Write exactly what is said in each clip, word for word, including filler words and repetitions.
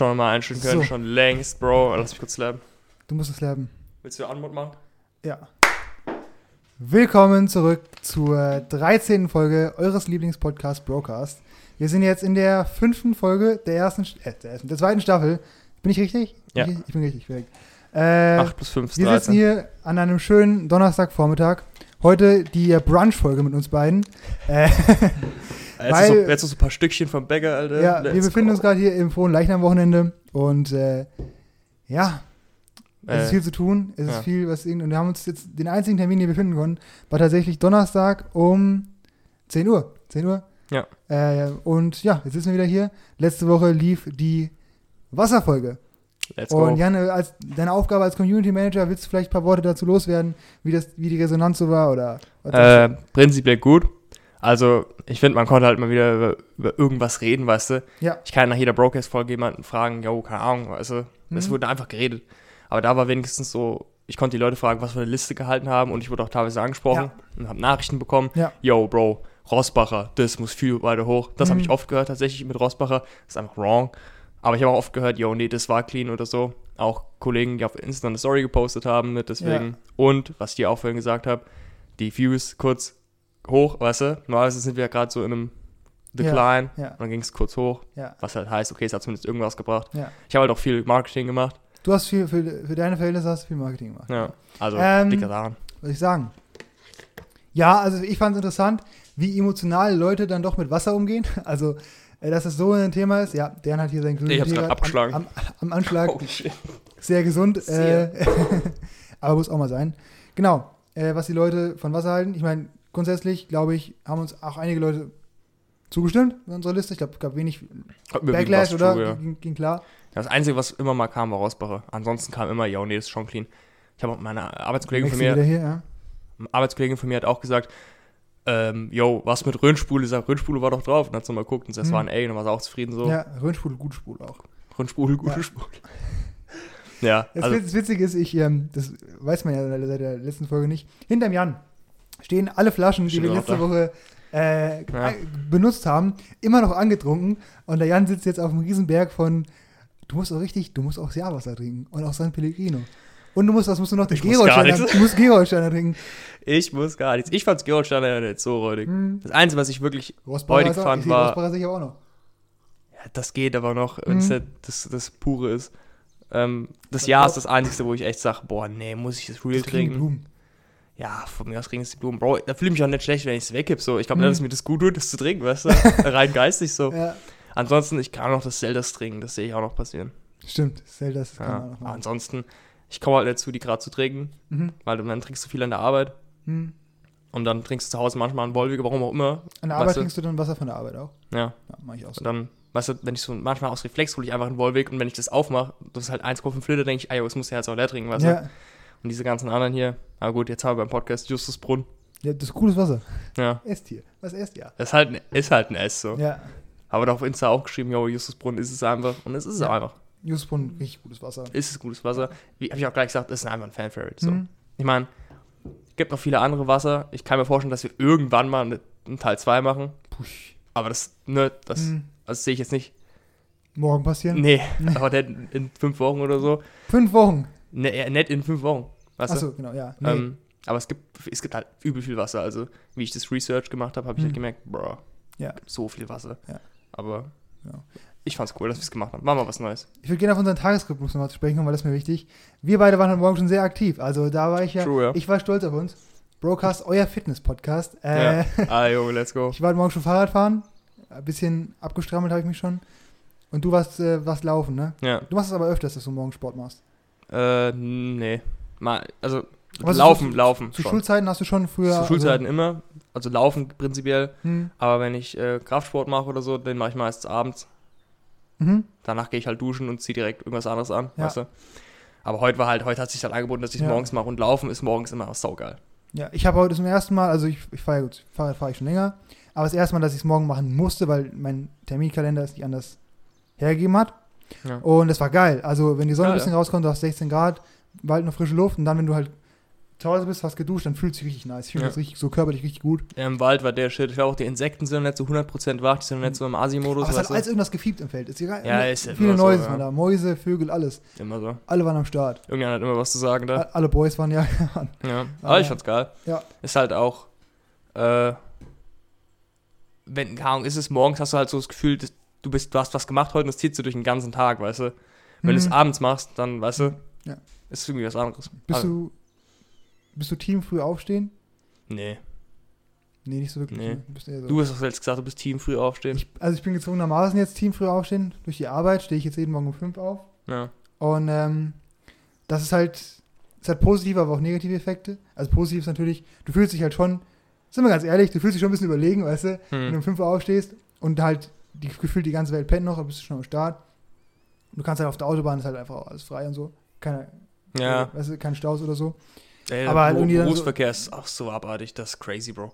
Schon mal einstellen können, So. schon längst, Bro. Lass mich kurz slabben. Du musst es lernen. Willst du Anmod machen? Ja. Willkommen zurück zur dreizehnten Folge eures Lieblingspodcasts Brocast. Wir sind jetzt in der fünften Folge der ersten, äh, der, ersten der zweiten Staffel. Bin ich richtig? Ja. Ich, ich bin richtig, perfekt. Äh, acht plus fünf ist wir dreizehn. sitzen hier an einem schönen Donnerstagvormittag. Heute die Brunch-Folge mit uns beiden. Äh, Jetzt, weil- ist so, jetzt noch so ein paar Stückchen vom Bäcker, Alter. ja, Let's wir befinden go. uns gerade hier im frohen Leichnam-Wochenende und äh, ja, es Äh, ist viel zu tun, es ja. ist viel, was und wir haben uns jetzt den einzigen Termin, den wir finden konnten, war tatsächlich Donnerstag um zehn Uhr. zehn Uhr? Ja. Äh, und ja, jetzt sitzen wir wieder hier. Letzte Woche lief die Wasserfolge. Let's go. Und Jan, als deine Aufgabe als Community Manager, willst du vielleicht ein paar Worte dazu loswerden, wie das, wie die Resonanz so war oder was Äh, prinzipiell gut. Also, ich finde, man konnte halt mal wieder über, über irgendwas reden, weißt du. Ja. Ich kann nach jeder Broadcast-Folge jemanden fragen, jo, keine Ahnung, weißt du. Es Mhm. wurde einfach geredet. Aber da war wenigstens so, ich konnte die Leute fragen, was für eine Liste gehalten haben und ich wurde auch teilweise angesprochen und habe Nachrichten bekommen. Ja. Yo, Bro, Rossbacher, das muss viel weiter hoch. Das Mhm. habe ich oft gehört tatsächlich mit Rossbacher. Das ist einfach wrong. Aber ich habe auch oft gehört, yo, nee, das war clean oder so. Auch Kollegen, die auf Insta eine Story gepostet haben mit deswegen. Ja. Und, was ich dir auch vorhin gesagt habe, die Views kurz hoch, weißt du. Normalerweise sind wir ja gerade so in einem Decline. Ja. Und dann ging es kurz hoch. Ja. Was halt heißt, okay, es hat zumindest irgendwas gebracht. Ja. Ich habe halt auch viel Marketing gemacht. Du hast viel, für, für deine Verhältnisse hast du viel Marketing gemacht. Ja, also Ähm, liegt ja daran. Was soll ich sagen? Ja, also ich fand es interessant, wie emotional Leute dann doch mit Wasser umgehen. Also, äh, dass es so ein Thema ist. Ja, der hat hier sein grünes Ich hab's grad abgeschlagen. Am, am, am Anschlag. Holy shit. Sehr gesund. Sehr. Äh, aber muss auch mal sein. Genau, äh, was die Leute von Wasser halten. Ich meine, grundsätzlich, glaube ich, haben uns auch einige Leute zugestimmt in unserer Liste. Ich glaube, es gab wenig Backlash, True, oder? ja. Ging, ging klar. Das Einzige, was immer mal kam, war Rossbacher. Ansonsten kam immer, ja, nee, das ist schon clean. Ich habe auch meine Arbeitskollegin von Wechsel mir, wieder hier, ja. eine Arbeitskollegin von mir hat auch gesagt, ähm, yo, was mit Röhrenspule? Ich sag, Röhrenspule war doch drauf. Und hat so mal geguckt und das Hm. war ein A und dann war sie auch zufrieden so. Ja, Röhrenspule, gute Spule auch. Röhrenspule, gute Ja. Spule. Ja, Das, also, Witz- das Witzige ist, ich, ähm, das weiß man ja seit der letzten Folge nicht, hinterm Jan stehen alle Flaschen, die Stimmt wir auch letzte da. Woche äh, Ja. äh, benutzt haben, immer noch angetrunken. Und der Jan sitzt jetzt auf einem Riesenberg von, du musst auch richtig, du musst auch Jahrwasser trinken und auch San Pellegrino. Und du musst, was musst du noch? Den Ich muss gar Gerolsteiner, nichts. du musst Gerolsteiner trinken. ich muss gar nichts. Ich fand's Gerolsteiner nicht so räudig. Hm. Das Einzige, was ich wirklich Rossbacher räudig ist auch- fand, ich sehe war, Rossbacher sicher auch noch. ja, das geht aber noch, wenn es Mhm. nicht das, das Pure ist. Ähm, das Das Jahr auch- ist das Einzige, wo ich echt sage, boah, nee, muss ich das real Das kriegen die trinken? Blumen. Ja, von mir aus kriegen es die Blumen. Bro, da fühle ich mich auch nicht schlecht, wenn ich es wegkipp. So. Ich glaube Mhm. nicht, dass mir das gut tut, das zu trinken, weißt du? Rein geistig so. Ja, Ansonsten, ich kann auch noch das Zeldas trinken, das sehe ich auch noch passieren. stimmt. Zelda, das kann man Ja. auch noch machen. Ansonsten, ich komme halt nicht zu, die gerade zu trinken, Mhm. weil du- dann trinkst du viel an der Arbeit Mhm. und dann trinkst du zu Hause manchmal einen Wolwig, warum auch immer. An der weißt Arbeit du? trinkst du dann Wasser von der Arbeit auch? Ja, Ja, mach ich auch so. und dann, weißt du, wenn ich so manchmal aus Reflex hole ich einfach einen Wolwig und wenn ich das aufmache, das ist halt eins Komma fünf Liter, denke ich, ah, jo, das muss ja jetzt auch leer trinken, weißt du? Ja, Und diese ganzen anderen hier, aber gut, jetzt haben wir beim Podcast Justusbrunn. ja, das ist gutes Wasser. Ja, Esst hier. Was esst ihr? das ist halt, ein- ist halt ein S so. Ja, Aber da auf Insta auch geschrieben, jo, Justusbrunn ist es einfach und es ist es Ja. einfach. Jusbrunn, richtig gutes Wasser. Ist es gutes Wasser. Wie habe ich auch gleich gesagt, das ist einfach ein Fan-Favorite. So. Mhm. Ich meine, es gibt noch viele andere Wasser. Ich kann mir vorstellen, dass wir irgendwann mal eine- einen Teil zwei machen. Pusch. Aber das, ne, das, Mhm. das sehe ich jetzt nicht. Morgen passieren? Nee, Mhm. aber nicht in, in fünf Wochen oder so. Fünf Wochen. Ne, eher nicht in fünf Wochen. Weißt du? Achso, genau, ja. Nee. Ähm, aber es gibt, es gibt halt übel viel Wasser. Also, wie ich das Research gemacht habe, habe ich Mhm. halt gemerkt, bro, Ja. gibt so viel Wasser. Ja. Aber Ja. ich fand's cool, dass wir es gemacht haben. Machen wir was Neues. Ich würde gerne auf unseren Tagesrhythmus nochmal zu sprechen kommen, weil das ist mir wichtig. Wir beide waren heute Morgen schon sehr aktiv. Also da war ich ja, True, ja. ich war stolz auf uns. Brocast, euer Fitness-Podcast. Äh, Ja. Ah, jo, let's go. Ich war heute Morgen schon Fahrrad fahren. Ein bisschen abgestrammelt habe ich mich schon. Und du warst, äh, warst laufen, ne? Ja. Du machst es aber öfters, dass du morgen Sport machst. Äh, nee. Mal, also, Aber so laufen, zu- laufen. Zu schon. Schulzeiten hast du schon früher... Zu Schulzeiten immer. Also laufen prinzipiell. Also, hm, Aber wenn ich äh, Kraftsport mache oder so, den mache ich meistens abends. mhm. Danach gehe ich halt duschen und ziehe direkt irgendwas anderes an, Ja. weißt du. Aber heute war halt, heute hat sich halt angeboten, dass ich es Ja. morgens mache und laufen ist morgens immer saugeil. Ja, ich habe heute zum ersten Mal, also ich, ich fahre ja gut, Fahrrad fahre ich schon länger, aber das erste Mal, dass ich es morgen machen musste, weil mein Terminkalender es nicht anders hergegeben hat. Ja. Und das war geil. Also wenn die Sonne Geil, ein bisschen ja. rauskommt, du hast sechzehn Grad, bald noch frische Luft und dann, wenn du halt zu Hause bist, hast geduscht, dann fühlt sich richtig nice. Ich finde Ja. das richtig, so körperlich richtig gut. Ja, im Wald war der Shit. Ich glaube auch, die Insekten sind nicht so hundert Prozent wach, die sind nicht so im Asi-Modus. Aber es weißt hat alles irgendwas gefiebt im Feld. Ist egal. Ja, ist ja viele immer so, Neues ja. waren da. Mäuse, Vögel, alles. du? Immer so. Alle waren am Start. Irgendjemand hat immer was zu sagen da. A- Alle Boys waren ja. Ja, aber Aber- ich fand's geil. Ja. Ist halt auch, äh, wenn, keine Ahnung, ist es morgens, hast du halt so das Gefühl, dass du bist, du hast was gemacht heute und das zieht du durch den ganzen Tag, weißt du. Wenn du Mhm. es abends machst, dann, weißt du, Ja. ist irgendwie was anderes. Bist Also, du bist du Team früh aufstehen? Nee. Nee, nicht so wirklich. Nee. Ne? Du bist eher so. Du hast doch jetzt gesagt, du bist Team früh aufstehen. Ich, also ich bin gezwungenermaßen jetzt Team früh aufstehen. Durch die Arbeit stehe ich jetzt jeden Morgen um fünf auf. Ja. Und ähm, das ist halt, es hat positive, aber auch negative Effekte. Also positiv ist natürlich, du fühlst dich halt schon, sind wir ganz ehrlich, du fühlst dich schon ein bisschen überlegen, weißt du, wenn du Hm. um fünf Uhr aufstehst und halt die, gefühlt die ganze Welt pennt noch, dann bist du schon am Start. Du kannst halt auf der Autobahn, ist halt einfach auch alles frei und so. Keine, Ja. weißt du, kein Staus oder so. Ey, aber halt Bero- irgendwie dann so- Berufsverkehr ist auch so abartig, das ist crazy, Bro.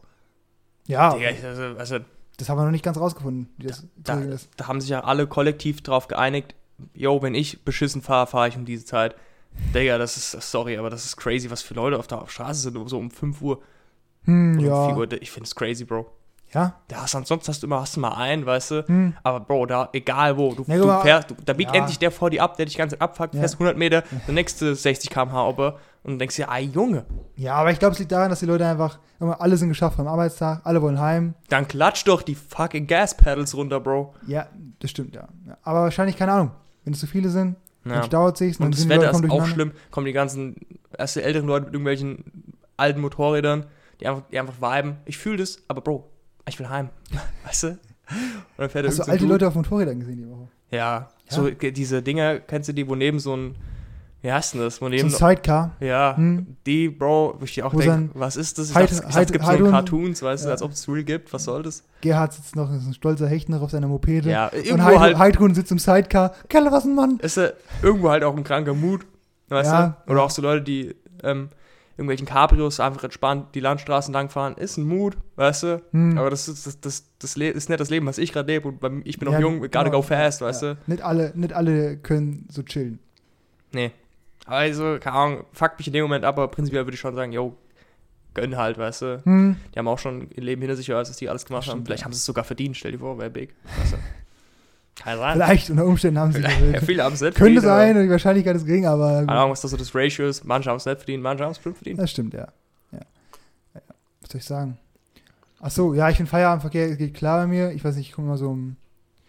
Ja, Digga, ich, also, also, das haben wir noch nicht ganz rausgefunden, wie das zu da, regeln ist. da haben sich ja alle kollektiv drauf geeinigt, yo, wenn ich beschissen fahre, fahre ich um diese Zeit. Digga, das ist, sorry, aber das ist crazy, was für Leute auf der Straße sind, so um fünf Uhr Hm, oder um ja. vier Uhr. Ich finde es crazy, Bro. Ja? Ja, ansonsten hast du immer, hast du mal einen, weißt du, Hm. aber Bro, da, egal wo, du, Na, du guck mal, fährst, du, da biegt ja. endlich der vor dir ab, der dich die ganze Zeit abfuckt, Ja. fährst hundert Meter, der nächste sechzig Kilometer pro Stunde ober und du denkst dir, ah, Junge, Ja, aber ich glaube, es liegt daran, dass die Leute einfach, immer, alle sind geschafft vom Arbeitstag, alle wollen heim. dann klatsch doch die fucking Gas-Pedals runter, Bro. Ja, das stimmt, ja. ja. Aber wahrscheinlich, keine Ahnung, wenn es zu viele sind, Ja. dann staut sich's, dann Und das sind die Wetter Leute kommen ist auch durcheinander. schlimm, kommen die ganzen, erst die älteren Leute mit irgendwelchen alten Motorrädern, die einfach, die einfach viben. Ich fühle das, aber Bro, ich will heim. Weißt du? Und dann fährt er Hast du irgend so ein alte Dude. Leute auf Motorrädern gesehen die Woche? Ja, Ja. so ge- diese Dinger, kennst du die, wo neben so ein, wie heißt denn das? Wo So neben ein Sidecar. ja, Hm. die, Bro, wo ich dir auch Wo denke, sein was ist das? Ich Heid- dachte, ich Heid- dachte, es gibt so Heidun- Cartoons, weißt du, Ja. als ob es real gibt. Was soll das? Gerhard sitzt noch, ist ein stolzer Hecht noch auf seiner Mopede. Ja, Und irgendwo Heidrun, halt, Heidrun sitzt im Sidecar. Kerle, was ein Mann. ist er irgendwo halt auch ein kranker Mut, weißt Ja, du? Oder ja. auch so Leute, die ähm, irgendwelchen Cabrios einfach entspannt die Landstraßen langfahren, ist ein Mut, weißt du? Hm. Aber das ist, das, das, das Le- ist nicht das Leben, was ich gerade lebe. Und bei, mir- ich bin noch Ja, jung, gotta genau. go fast, weißt Ja. du? Nicht alle, nicht alle können so chillen. Nee. Also, keine Ahnung, fuckt mich in dem Moment ab, aber prinzipiell würde ich schon sagen, yo, gönn halt, weißt du? Hm. Die haben auch schon ihr Leben hinter sich, als die alles gemacht Das haben. stimmt, Vielleicht ja. haben sie es sogar verdient, stell dir vor, wäre big. Weißt du? Kann sein. Vielleicht, unter Umständen haben sie Vielleicht. gewählt. Ja, viele haben es nicht Könnte verdient. aber- sein, und die Wahrscheinlichkeit ist gering, aber Keine Ahnung, was das so das Ratio ist. Manche haben es nicht verdient, manche haben es bestimmt verdient. das stimmt, ja. ja. ja. Was soll ich sagen? Ach so, ja, ich finde Feierabendverkehr geht klar bei mir. Ich weiß nicht, ich komme mal so um,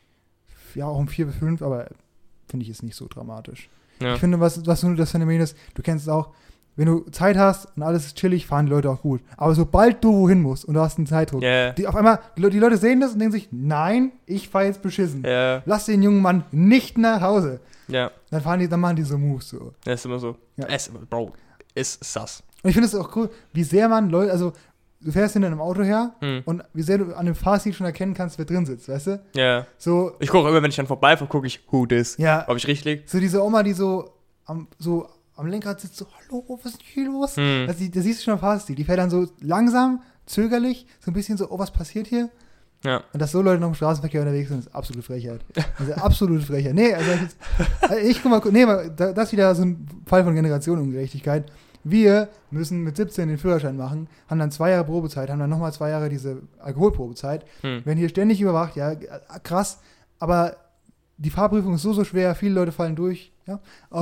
ja, auch um vier bis fünf, aber finde ich jetzt nicht so dramatisch. Ja. Ich finde, was, was nur das Phänomen ist, du kennst es auch, wenn du Zeit hast und alles ist chillig, fahren die Leute auch gut. Aber sobald du wohin musst und du hast einen Zeitdruck, Ja, die, auf einmal, die, Le- die Leute sehen das und denken sich, nein, ich fahre jetzt beschissen. ja, Lass den jungen Mann nicht nach Hause. ja. Dann fahren die, dann machen die so Moves so. Das ist immer so. Ja. Es, Bro, ist sass. Und ich finde es auch cool, wie sehr man Leute, also du fährst hinter einem Auto her Hm. und wie sehr du an dem Fahrstil schon erkennen kannst, wer drin sitzt, weißt du? Ja. So, Ich gucke immer, wenn ich dann vorbeifahre, gucke ich, who this? ja, Ob ich richtig lieg? so diese Oma, die so am, so am Lenkrad sitzt, so, hallo, was ist hier los? Hm. Also, die, da siehst du schon am Fahrstil. Die fährt dann so langsam, zögerlich, so ein bisschen so, oh, was passiert hier? Ja. Und dass so Leute noch im Straßenverkehr unterwegs sind, ist absolute Frechheit. Also absolute Frechheit. Nee, also ich, jetzt, also ich guck mal, nee, mal, da- das ist wieder so ein Fall von Generationenungerechtigkeit. Wir müssen mit siebzehn den Führerschein machen, haben dann zwei Jahre Probezeit, haben dann nochmal zwei Jahre diese Alkoholprobezeit, Hm. werden hier ständig überwacht, ja, krass, aber die Fahrprüfung ist so, so schwer, viele Leute fallen durch, ja, und,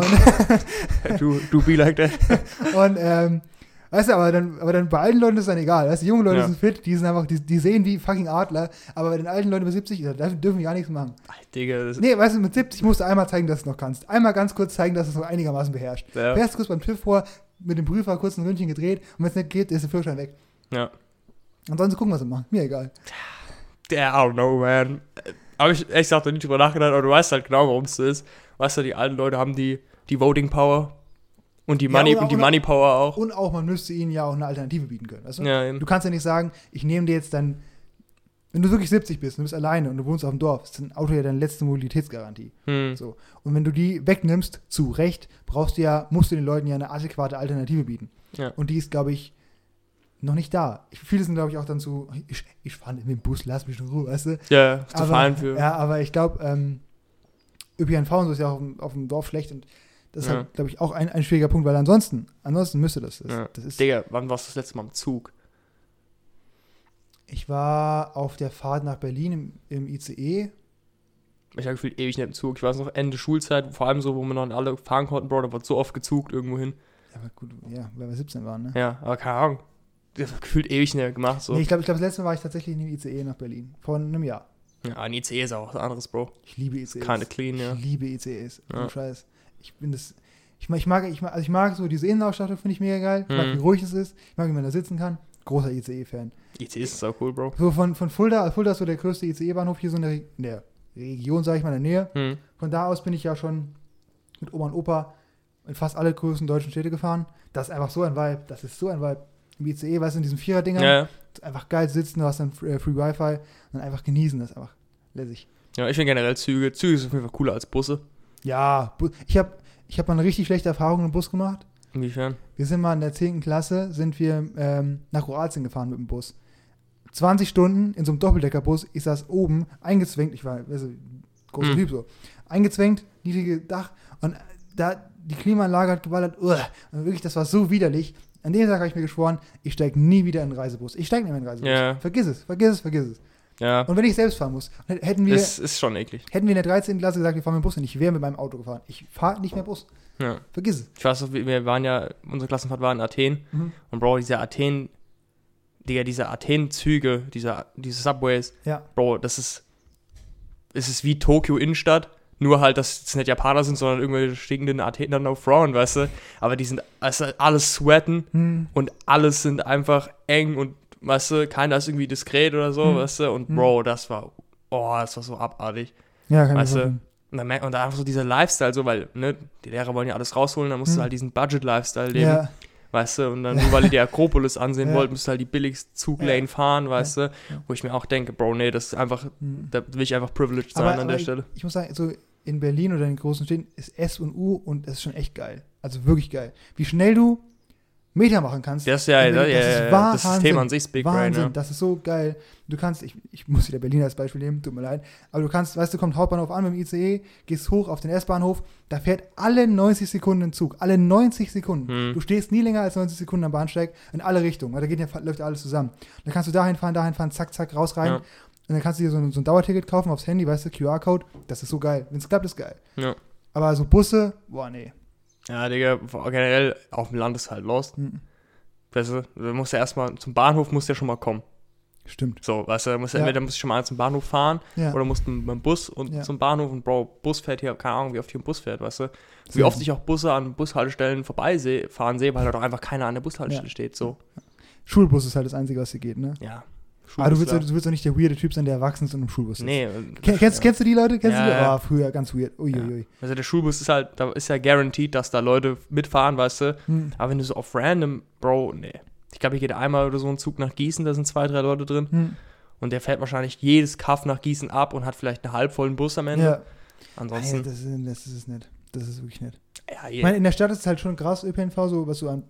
Du, du be like that. und ähm, weißt du, aber dann, aber dann bei alten Leuten ist es dann egal, weißt du, junge Leute Ja. sind fit, die sind einfach, die, die sehen wie fucking Adler, aber bei den alten Leuten über siebzig, da dürfen die gar nichts machen. Alter, Digga, das Nee, weißt du, mit siebzig musst du einmal zeigen, dass du es noch kannst. Einmal ganz kurz zeigen, dass du es noch einigermaßen beherrschst. Ja. Fährst kurz beim TÜV vor, mit dem Prüfer kurz ein Ründchen gedreht und wenn es nicht geht, ist der Führerschein weg. Ja. Ansonsten gucken, was sie machen. Mir egal. Yeah, I don't know, man. Aber ich echt gesagt noch nicht drüber nachgedacht, aber du weißt halt genau, warum es so ist. Weißt du, die alten Leute haben die, die Voting Power und die Ja, Money und und die auch- Money Power auch. Und auch, man müsste ihnen ja auch eine Alternative bieten können. Weißt du? Ja, eben. Du kannst ja nicht sagen, ich nehme dir jetzt dann, wenn du wirklich siebzig bist und du bist alleine und du wohnst auf dem Dorf, ist ein Auto ja deine letzte Mobilitätsgarantie. Hm. So. Und wenn du die wegnimmst, zu Recht, brauchst du ja, musst du den Leuten ja eine adäquate Alternative bieten. Ja. Und die ist, glaube ich, noch nicht da. Ich, viele sind, glaube ich, auch dann so, ich, ich fahre mit dem Bus, lass mich in Ruhe, weißt du? Ja, zu aber, fahren für. Ja, aber ich glaube, ähm, Ö P N V und so ist ja auch auf dem, auf dem Dorf schlecht und Das ist Ja. halt, glaube ich, auch ein, ein schwieriger Punkt, weil ansonsten, ansonsten müsste das. Das, Ja. das ist, Digga, wann warst du das letzte Mal im Zug? ich war auf der Fahrt nach Berlin im, im I C E. Ich habe gefühlt ewig nicht im Zug. Ich weiß noch, Ende Schulzeit, vor allem so, wo wir noch alle fahren konnten, Bro, da wird so oft gezugt irgendwo hin. Ja, aber gut, ja, weil wir siebzehn waren, ne? Ja, aber keine Ahnung. Das hab gefühlt ewig nicht mehr gemacht. So. Nee, ich glaube, ich glaub, das letzte Mal war ich tatsächlich in dem I C E nach Berlin. Vor einem Jahr. Ja, ein I C E ist auch was anderes, Bro. Ich liebe I C Es. Kinda clean, ja. Ich liebe I C Es. Ja. Ja. Scheiß. Ich bin das. Ich mag, ich mag, ich mag, also ich mag so diese Innenausstattung, finde ich mega geil. Ich mag, Mhm. wie ruhig es ist. Ich mag, wie man da sitzen kann. Großer I C E-Fan. I C E ist auch cool, Bro. So von, von Fulda, Fulda ist so der größte I C E-Bahnhof hier so in der, Re- in der Region, sage ich mal, in der Nähe. Hm. Von da aus bin ich ja schon mit Oma und Opa in fast alle größten deutschen Städte gefahren. Das ist einfach so ein Vibe. Das ist so ein Vibe. Im I C E, weißt du, in diesen Vierer-Dingern. Ja, ja. Das ist einfach geil sitzen, du hast dann äh, Free Wi-Fi und dann einfach genießen. Das ist einfach lässig. Ja, ich finde generell Züge. Züge sind auf jeden Fall cooler als Busse. Ja, Bu- ich habe ich hab mal eine richtig schlechte Erfahrung im Bus gemacht. Inwiefern? Wir sind mal in der zehnten Klasse, sind wir ähm, nach Kroatien gefahren mit dem Bus. zwanzig Stunden in so einem Doppeldeckerbus. Ich saß oben, eingezwängt, ich war weißt du, großer Hm. Typ so, eingezwängt, niedrige Dach und da die Klimaanlage hat geballert. Uah, und wirklich, das war so widerlich. An dem Tag habe ich mir geschworen, ich steige nie wieder in einen Reisebus. Ich steige nicht mehr in einen Reisebus. Ja. Vergiss es, vergiss es, vergiss es. Ja, Und wenn ich selbst fahren muss, h- hätten wir, ist, ist schon eklig. hätten wir in der dreizehnten Klasse gesagt, wir fahren mit dem Bus und ich wäre mit meinem Auto gefahren. Ich fahre nicht mehr Bus. Ja. Vergiss es. Ich weiß noch, wir wir waren ja, unsere Klassenfahrt war in Athen. Mhm. Und Bro, diese Athen, Digga, diese Athen-Züge, diese, diese Subways, Ja. Bro, das ist, es ist wie Tokio Innenstadt, nur halt, dass es nicht Japaner sind, sondern irgendwelche stinkenden Athener no Frauen, weißt du? Aber die sind, also alles sweaten Hm. und alles sind einfach eng und, weißt du, keiner ist irgendwie diskret oder so, Hm. weißt du? Und Hm. Bro, das war, oh, das war so abartig. Ja, kann ich Weißt mir du? vorstellen. Und dann, merkt- und dann einfach so dieser Lifestyle, so, weil, ne, die Lehrer wollen ja alles rausholen, dann musst Hm. du halt diesen Budget-Lifestyle leben. Ja. Weißt du, und dann nur weil ihr die Akropolis ansehen Ja. wollt, müsst ihr halt die billigste Zuglane Ja. fahren, weißt Ja. du, wo ich mir auch denke, Bro, nee, das ist einfach, Hm. da will ich einfach privileged sein Aber- an aber der ich- Stelle. Ich muss sagen, so in Berlin oder in den großen Städten ist S und U und das ist schon echt geil. Also wirklich geil. Wie schnell du Meter machen kannst. Das ist ja, in ja, Berlin, ja, das ist ja, das Wahnsinn. System an sich ist Big Brain, Wahnsinn, ja. das ist so geil. Du kannst, ich, ich muss wieder Berlin als Beispiel nehmen, tut mir leid, aber du kannst, weißt du, kommt Hauptbahnhof an mit dem I C E, gehst hoch auf den S-Bahnhof, da fährt alle neunzig Sekunden ein Zug, alle neunzig Sekunden. Hm. Du stehst nie länger als neunzig Sekunden am Bahnsteig in alle Richtungen, weil da geht ja, läuft ja alles zusammen. Dann kannst du dahin fahren, dahin fahren, zack, zack, raus, rein. Ja. Und dann kannst du dir so ein, so ein Dauerticket kaufen aufs Handy, weißt du, Q R-Code, das ist so geil. Wenn es klappt, ist geil. Ja. Aber so Busse, boah, nee. Ja, Digga, generell auf dem Land ist halt lost. Hm. Weißt du, du musst ja erstmal, zum Bahnhof musst du ja schon mal kommen. Stimmt. So, weißt du, du musst Ja. entweder musst du schon mal zum Bahnhof fahren Ja. oder musst mit dem Bus und Ja. zum Bahnhof und Bro, Bus fährt hier, keine Ahnung, wie oft hier ein Bus fährt, weißt du. Wie Sehr oft gut. ich auch Busse an Bushaltestellen vorbeifahren sehe, weil da doch einfach keiner an der Bushaltestelle Ja. steht, so. Schulbus ist halt das Einzige, was hier geht, ne? Ja. Aber du willst, Schulbus, doch- du willst doch nicht der weirde Typ sein, der erwachsen ist und im Schulbus ja. sitzt. Nee. äh, Ken, kennst, ja. kennst du die Leute? Kennst Ja, du die? ja. Oh, früher ganz weird. Uiuiui. Ja. Also der Schulbus ist halt, da ist ja guaranteed, dass da Leute mitfahren, weißt du. Hm. Aber wenn du so auf random, Bro, nee. Ich glaube, hier geht einmal oder so ein Zug nach Gießen, da sind zwei, drei Leute drin. Hm. Und der fährt wahrscheinlich jedes Kaff nach Gießen ab und hat vielleicht einen halbvollen Bus am Ende. Ja. Ansonsten, Nein, das, ist, das ist nett. Das ist wirklich nett. ja, Ich je, meine, in der Stadt ist es halt schon krass, Ö P N V, so, was du an,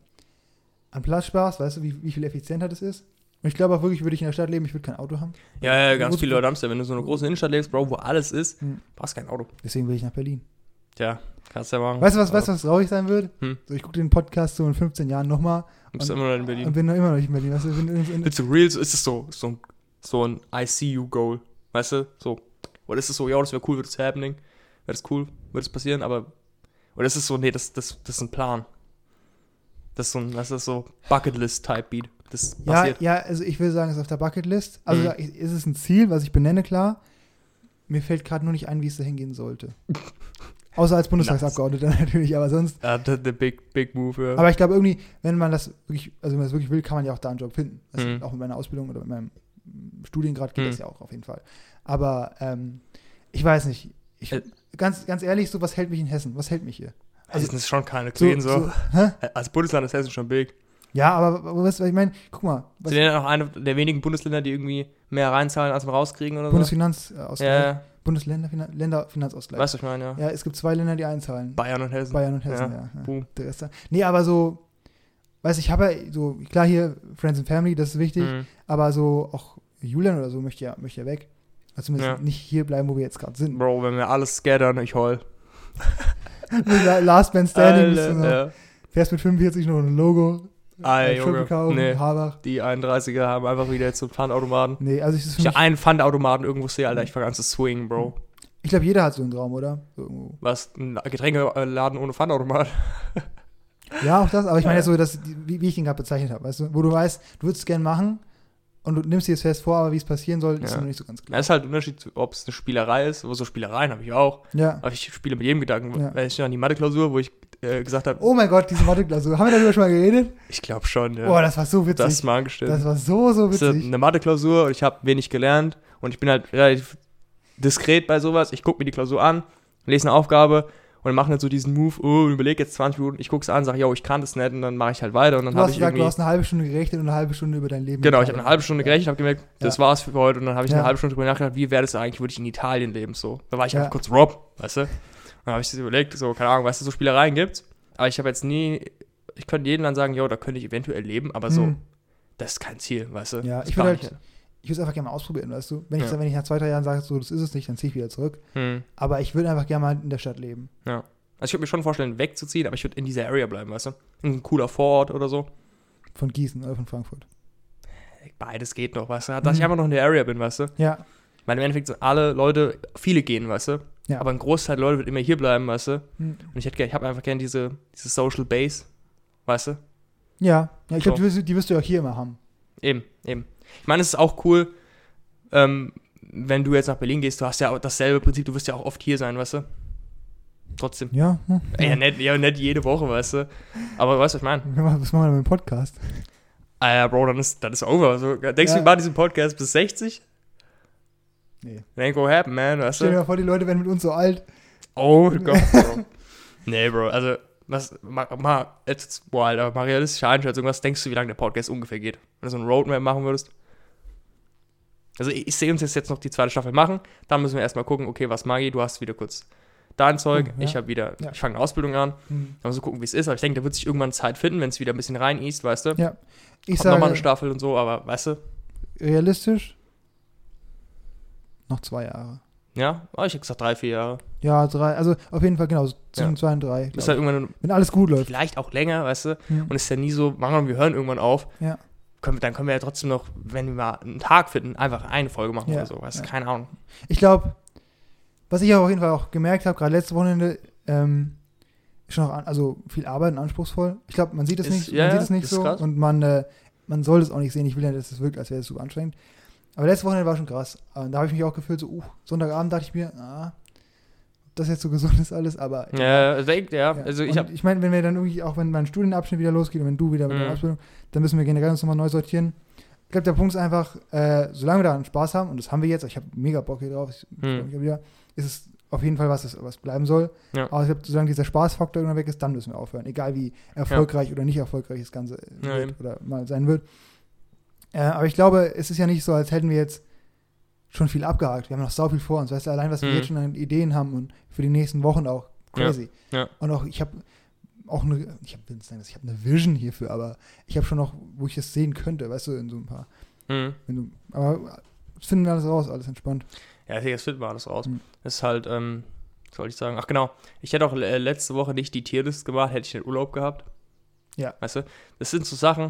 an Platz sparst, weißt du, wie, wie viel effizienter das ist. Und ich glaube auch wirklich, würde ich in der Stadt leben, ich würde kein Auto haben. ja, ja, ganz Gut. viele Leute haben es ja. Wenn du so eine große Innenstadt lebst, Bro, wo alles ist, Hm. brauchst kein Auto. Deswegen will ich nach Berlin. Tja, kannst ja machen. Weißt du, was, weißt, du, was traurig sein wird? Hm. So, ich gucke den Podcast so in fünfzehn Jahren nochmal Du bist und- immer noch in und Berlin. bin noch immer noch nicht in Berlin. Weißt du, bin in, in, Willst du real, so ist es so, so ein, so ein I C U-Goal, weißt du? So, oder ist es so, ja, das wäre cool, wird es happening, wäre das cool, wird es passieren, aber, oder ist es so, nee, das, das, das ist ein Plan. Das ist so ein, das ist so Bucketlist-Type-Beat. Das ja, passiert. ja, also ich will sagen, es ist auf der Bucketlist. Also Mhm. ja, ist es ein Ziel, was ich benenne, klar. Mir fällt gerade nur nicht ein, wie es da hingehen sollte. Außer als Bundestagsabgeordneter natürlich, aber sonst. Ja, the, the big, big move, ja. Aber ich glaube irgendwie, wenn man das wirklich, also wenn man das wirklich will, kann man ja auch da einen Job finden. Also Mhm. auch mit meiner Ausbildung oder mit meinem Studiengrad geht Mhm. das ja auch auf jeden Fall. Aber ähm, ich weiß nicht. Ich, Äh. ganz, ganz ehrlich, so was hält mich in Hessen? Was hält mich hier? Also, das ist schon keine clean so. so hä? Als Bundesland ist Hessen schon big. Ja, aber, aber was, was ich meine, guck mal, was, Sie sind ja auch eine der wenigen Bundesländer, die irgendwie mehr reinzahlen, als wir rauskriegen oder so. Bundesfinanzausgleich, Ja, Bundesländer Länderfinanzausgleich. weißt du, was ich meine, ja. Ja, es gibt zwei Länder, die einzahlen. Bayern und Hessen. Bayern und Hessen, Ja. ja. ja. Boom. Der Rest da. Nee, aber so, weiß ich, habe ja so, klar hier Friends and Family, das ist wichtig, Mhm. aber so auch Julian oder so möchte ja, möchte ja weg. Also zumindest Ja. nicht hier bleiben, wo wir jetzt gerade sind. Bro, wenn wir alles scattern, ich heul. Last Man Standing. Alter, noch, ja. Fährst mit fünfundvierzig noch ein Logo. Ah, äh, Junge. Schulbekau, Nee. Haarbach. Die einunddreißiger haben einfach wieder jetzt so einen Pfandautomaten. Nee, also ich, das Ich finde habe einen Pfandautomaten irgendwo sehe, Alter, ich fange an zu swingen, Bro. ich glaube, jeder hat so einen Traum, oder? So irgendwo. Was? Ein Getränkeladen ohne Pfandautomat? Ja, auch das, aber ich meine Ja. jetzt so, dass, wie, wie ich ihn gerade bezeichnet habe, weißt du? Wo du weißt, du würdest es gerne machen und du nimmst dir das fest vor, aber wie es passieren soll, ist Ja. noch nicht so ganz klar. Das ist halt ein Unterschied, ob es eine Spielerei ist, aber so Spielereien habe ich auch. Ja. Aber ich spiele mit jedem Gedanken. Ja. Weil ich an die Mathe-Klausur, wo ich äh, gesagt habe, Oh mein Gott, diese Mathe-Klausur. Haben wir darüber schon mal geredet? ich glaube schon, ja. Boah, das war so witzig. das ist mal angestellt. Das war so, so Das ist witzig. eine Mathe-Klausur und ich habe wenig gelernt und ich bin halt relativ diskret bei sowas. Ich gucke mir die Klausur an, lese eine Aufgabe und mache dann so diesen Move, oh, überlege jetzt zwanzig Minuten, ich gucke es an, sage, yo, ich kann das nicht und dann mache ich halt weiter und dann Du habe hast ich gesagt, irgendwie... du hast eine halbe Stunde gerechnet und eine halbe Stunde über dein Leben. Genau, ich habe geredet. eine halbe Stunde gerechnet, habe gemerkt, das Ja. war's für heute und dann habe ich Ja. eine halbe Stunde drüber nachgedacht, wie wäre das eigentlich, würde ich in Italien leben, so. Da war ich Ja. einfach kurz Rob, weißt du. Dann habe ich das überlegt, so, keine Ahnung, weißt du, so Spielereien gibt's, aber ich habe jetzt nie, ich könnte jedem dann sagen, yo, da könnte ich eventuell leben, aber so, Hm. das ist kein Ziel, weißt du. Ja, Das ich plan würde halt- Ich würde es einfach gerne mal ausprobieren, weißt du? Wenn ich, Ja. wenn ich nach zwei, drei Jahren sage, so, das ist es nicht, dann ziehe ich wieder zurück. Hm. Aber ich würde einfach gerne mal in der Stadt leben. Ja. Also ich würde mir schon vorstellen, wegzuziehen, aber ich würde in dieser Area bleiben, weißt du. Ein cooler Vorort oder so. Von Gießen oder von Frankfurt. Beides geht noch, weißt du. Dass ich Mhm. einfach noch in der Area bin, weißt du. Ja. Weil im Endeffekt sind alle Leute, viele gehen, weißt du. Ja. Aber ein Großteil der Leute wird immer hier bleiben, weißt du. Hm. Und ich hätte gern- ich habe einfach gerne diese, diese Social Base, weißt du. Ja, ja ich glaube, So. die, wirst du- die wirst du ja auch hier immer haben. Eben, eben. Ich meine, es ist auch cool, ähm, wenn du jetzt nach Berlin gehst, du hast ja auch dasselbe Prinzip, du wirst ja auch oft hier sein, weißt du. Trotzdem. Ja. Hm. Ja, ja, nicht, ja, nicht jede Woche, weißt du. Aber weißt du, was ich meine? Was machen wir mit dem Podcast? Ah ja, Bro, dann ist, dann ist over. Also, denkst Ja. du, wir machen diesen Podcast bis sechzig? Nee. It ain't gonna happen, man, weißt Stell dir du? mal vor, die Leute werden mit uns so alt. Oh Gott, Bro. Nee, Bro, also, was, mal, mal, jetzt, boah, Alter, mal realistische Einschätzung, was denkst du, wie lange der Podcast ungefähr geht? Wenn du so ein Roadmap machen würdest? Also, ich, ich sehe uns jetzt, jetzt noch die zweite Staffel machen, dann müssen wir erstmal gucken, okay, was Magi, du hast wieder kurz dein Zeug, Oh, ja. ich habe wieder, Ja. ich fange eine Ausbildung an, Hm. dann müssen wir gucken, wie es ist, aber ich denke, da wird sich irgendwann Zeit finden, wenn es wieder ein bisschen rein ist, weißt du? Ja. Ich Kommt nochmal eine sage, Staffel und so, aber, weißt du, realistisch, noch zwei Jahre. ja, oh, ich hätte gesagt drei, vier Jahre. Ja, drei, also auf jeden Fall genau, so zwischen Ja. zwei und drei. Ist glaub halt ich. irgendwann, Wenn alles gut läuft. vielleicht auch länger, weißt du, Hm. und es ist ja nie so, machen wir hören irgendwann auf, Ja. können, wir- dann können wir ja trotzdem noch, wenn wir mal einen Tag finden, einfach eine Folge machen Ja, oder so, weißt du, ja. keine Ahnung. Ich glaube, was ich auf jeden Fall auch gemerkt habe, gerade letztes Wochenende, ähm, ist schon auch an, also viel Arbeit und anspruchsvoll. Ich glaube, man sieht es Ist- nicht, ja, man sieht ja, es nicht ist so krass. und man, äh, man soll es auch nicht sehen. Ich will ja, dass es wirkt, als wäre es super anstrengend. Aber letztes Wochenende war schon krass. Und da habe ich mich auch gefühlt so, uh, Sonntagabend dachte ich mir, ah, ob das jetzt so gesund ist alles, aber Ja, also ich- ja, ja. also ich Und habe, ich meine, wenn wir dann irgendwie, auch wenn mein Studienabschnitt wieder losgeht und wenn du wieder mit der Mhm. Ausbildung, dann müssen wir generell uns nochmal neu sortieren. Ich glaube, der Punkt ist einfach, äh, solange wir daran Spaß haben, und das haben wir jetzt, ich habe mega Bock hier drauf, ich freu Mhm. mich auch wieder, ist es auf jeden Fall was, das, was bleiben soll. Ja. Aber ich glaube, solange dieser Spaßfaktor irgendwann weg ist, dann müssen wir aufhören. Egal wie erfolgreich oder nicht erfolgreich das Ganze Ja, wird eben. oder mal sein wird. Äh, aber ich glaube, es ist ja nicht so, als hätten wir jetzt schon viel abgehakt. Wir haben noch sau viel vor uns. Weißt du, allein, was wir Mhm. jetzt schon an Ideen haben und für die nächsten Wochen auch crazy. Ja. Und auch, ich habe auch eine, ich habe ich habe eine Vision hierfür, aber ich habe schon noch, wo ich es sehen könnte, weißt du, in so ein paar. mhm. Wenn du, aber das finden wir alles raus, alles entspannt. ja, das finden wir alles raus. Mhm. Das ist halt, ähm, was soll ich sagen, ach genau, ich hätte auch äh, letzte Woche nicht die Tierlist gemacht, hätte ich den Urlaub gehabt. Ja. Weißt du, das sind so Sachen,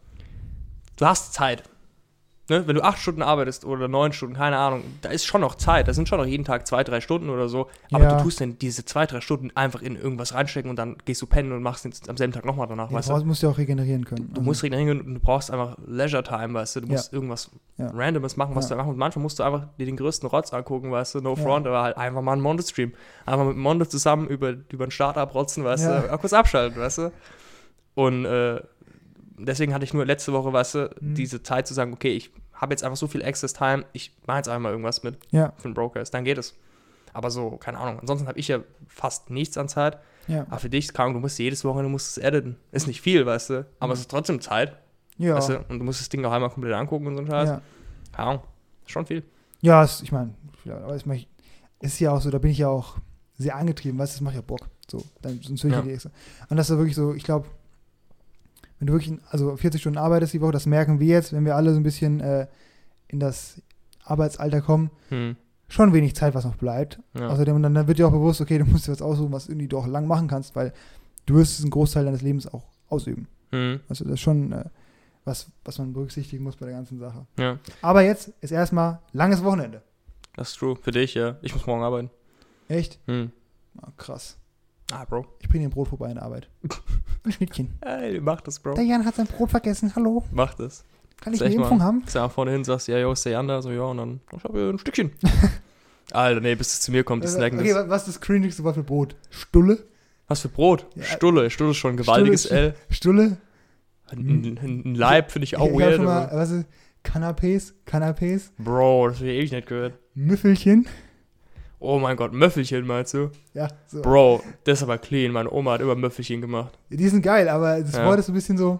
du hast Zeit. Ne? Wenn du acht Stunden arbeitest oder neun Stunden, keine Ahnung, da ist schon noch Zeit. Da sind schon noch jeden Tag zwei, drei Stunden oder so. Aber Ja. du tust dann diese zwei, drei Stunden einfach in irgendwas reinstecken und dann gehst du pennen und machst es am selben Tag nochmal danach, Ja, weißt du du? brauchst- musst ja auch regenerieren können. Du musst regenerieren und du brauchst einfach Leisure Time, weißt du? Du Ja. musst irgendwas Ja. Randomes machen, was Ja. du machen. Und manchmal musst du einfach dir den größten Rotz angucken, weißt du? No Ja. front, aber halt einfach mal einen Mondo-Stream. Einfach mit Mondo zusammen über, über den Start abrotzen, weißt Ja. du? Auch kurz abschalten, weißt du? Und äh, deswegen hatte ich nur letzte Woche, weißt du, Mhm. diese Zeit zu sagen, okay, ich habe jetzt einfach so viel Access Time, ich mache jetzt einfach mal irgendwas mit Ja, für den Broker, dann geht es. Aber so, keine Ahnung. Ansonsten habe ich ja fast nichts an Zeit. ja. Aber für dich, keine Ahnung, du musst jedes Wochenende musst es editen. Ist nicht viel, weißt du? Aber es ist trotzdem Zeit. Ja. Weißt du? Und du musst das Ding noch einmal komplett angucken und so ein Scheiß. ja. Keine Ahnung. Schon viel. Ja, es, ich meine, aber es mach ich- ist ja auch so, da bin ich ja auch sehr angetrieben, weißt du, das macht ja Bock. So, dann sonst will ich Ja. ja die extra. Und das ist ja wirklich so, ich glaube, wenn du wirklich, also vierzig Stunden arbeitest die Woche, das merken wir jetzt, wenn wir alle so ein bisschen äh, in das Arbeitsalter kommen, Hm. schon wenig Zeit, was noch bleibt. Ja. Außerdem, dann, dann wird dir auch bewusst, okay, du musst dir was aussuchen, was irgendwie du auch lang machen kannst, weil du wirst einen Großteil deines Lebens auch ausüben. Mhm. Also das ist schon äh, was, was man berücksichtigen muss bei der ganzen Sache. Ja, Aber jetzt ist erstmal langes Wochenende. das ist true. Für dich, ja. Ich muss morgen arbeiten. Echt? Hm. Ah, krass. Ah, Bro. Ich bringe dir ein Brot vorbei in der Arbeit. Ein Schnittchen. Ey, mach das, Bro. Der Jan hat sein Brot vergessen. Hallo. Mach das. Kann ich Sag eine ich Impfung mal. haben? Sag vorne hin, sagst, ja, jo, ist der Jan da? So, ja, und dann, ich hab hier ein Stückchen. Alter, nee, bis es zu mir kommt, die Also, snacken okay, das. wa- was ist das cringigste Wort für Brot? Stulle? Was für Brot? Ja. Stulle. Stulle ist schon ein gewaltiges Stulle L. Stulle? Ein, ein, ein Leib finde ich auch ich hab weird. schon mal, aber- was ist, Canapés? Canapés? Bro, das hab ich ewig nicht gehört. Müffelchen? Oh mein Gott, Möffelchen meinst du? Ja, so. Bro, das ist aber clean. Meine Oma hat immer Möffelchen gemacht. Die sind geil, aber das Ja. Wort ist so ein bisschen so,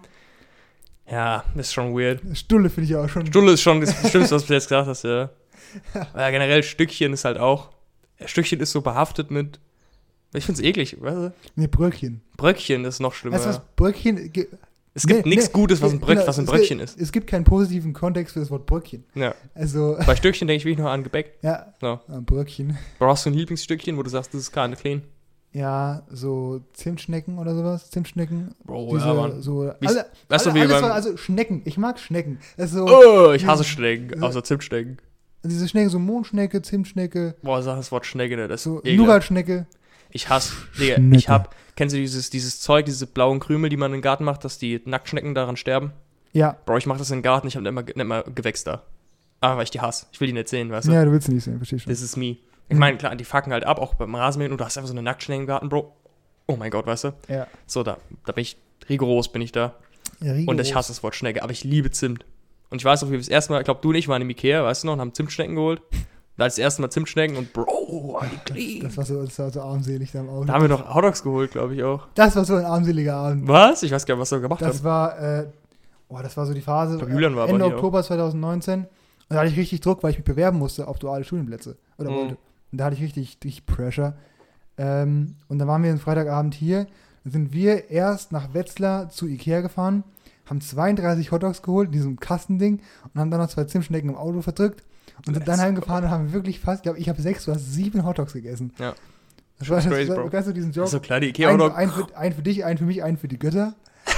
Ja, das ist schon weird. Stulle finde ich auch schon. Stulle ist schon das Schlimmste, was du jetzt gesagt hast, ja. Aber ja, generell Stückchen ist halt auch. Stückchen ist so behaftet mit. Ich find's eklig, weißt du? Nee, Bröckchen. Bröckchen ist noch schlimmer. Weißt du was? Bröckchen. ge- Es gibt nee, nichts nee, Gutes, was ein, Bröck, genau, was ein es Bröckchen gibt, ist. Es gibt keinen positiven Kontext für das Wort Bröckchen. Ja. Also, Bei Stückchen denke ich wirklich noch an Gebäck. ja, So. ein Bröckchen. Brauchst du ein Lieblingsstückchen, wo du sagst, das ist keine clean? Ja, so Zimtschnecken oder sowas. Zimtschnecken. Bro, Diese, ja, Mann. so, Wie- alle, Weißt du, alle, wie alles, beim. was- also Schnecken. Ich mag Schnecken. Das ist so, Oh, ich hasse Schnecken, außer Zimtschnecken. diese Schnecken, so Mondschnecke, Zimtschnecke, Boah, sag das Wort Schnecke, ne? Das ist so ekelhaft. Nougatschnecke. Ich hasse, Digga, Schnecke. ich hab, kennst du dieses, dieses Zeug, diese blauen Krümel, die man im Garten macht, dass die Nacktschnecken daran sterben? Ja. Bro, ich mach das im Garten, ich hab nicht mal, nicht mal Gewächs da. Aber weil ich die hasse. Ich will die nicht sehen, weißt du? Ja, du willst nicht sehen, verstehst schon. Das ist me. Ich meine, klar, die fucken halt ab, auch beim Rasenmähen, und du hast einfach so eine Nacktschnecke im Garten, Bro. Oh mein Gott, weißt du? Ja. So, da, da bin ich, rigoros bin ich da. Ja, rigoros. Und ich hasse das Wort Schnecke, aber ich liebe Zimt. Und ich weiß auch, wie wir das erste Mal, ich glaube, du und ich waren im Ikea, weißt du noch, und haben Zimtschnecken geholt. Da das erste Mal Zimtschnecken und Bro, die clean. Das war so, das war so armselig da im Auto. Da haben wir noch Hotdogs geholt, glaube ich auch. Das war so ein armseliger Abend. Was? Ich weiß gar nicht, was wir gemacht Das haben. war, äh, oh, das war so die Phase, Ich glaub, Julian war aber Ende hier Oktober zwanzig neunzehn. Und da hatte ich richtig Druck, weil ich mich bewerben musste auf duale Studienplätze. Oder Mhm. wollte. Und da hatte ich richtig, richtig Pressure. Ähm, und dann waren wir am Freitagabend hier. Dann sind wir erst nach Wetzlar zu Ikea gefahren, haben zweiunddreißig Hotdogs geholt in diesem Kastending und haben dann noch zwei Zimtschnecken im Auto verdrückt und sind dann Let's heimgefahren und haben wirklich fast, ich glaube, ich habe sechs, du hast sieben Hotdogs gegessen. Ja. Das war, That's das, crazy, war, bro. Kennst du diesen Joke? So kleine ein, Ikea-Hotdog. ein, für, ein für dich, ein für mich, ein für die Götter.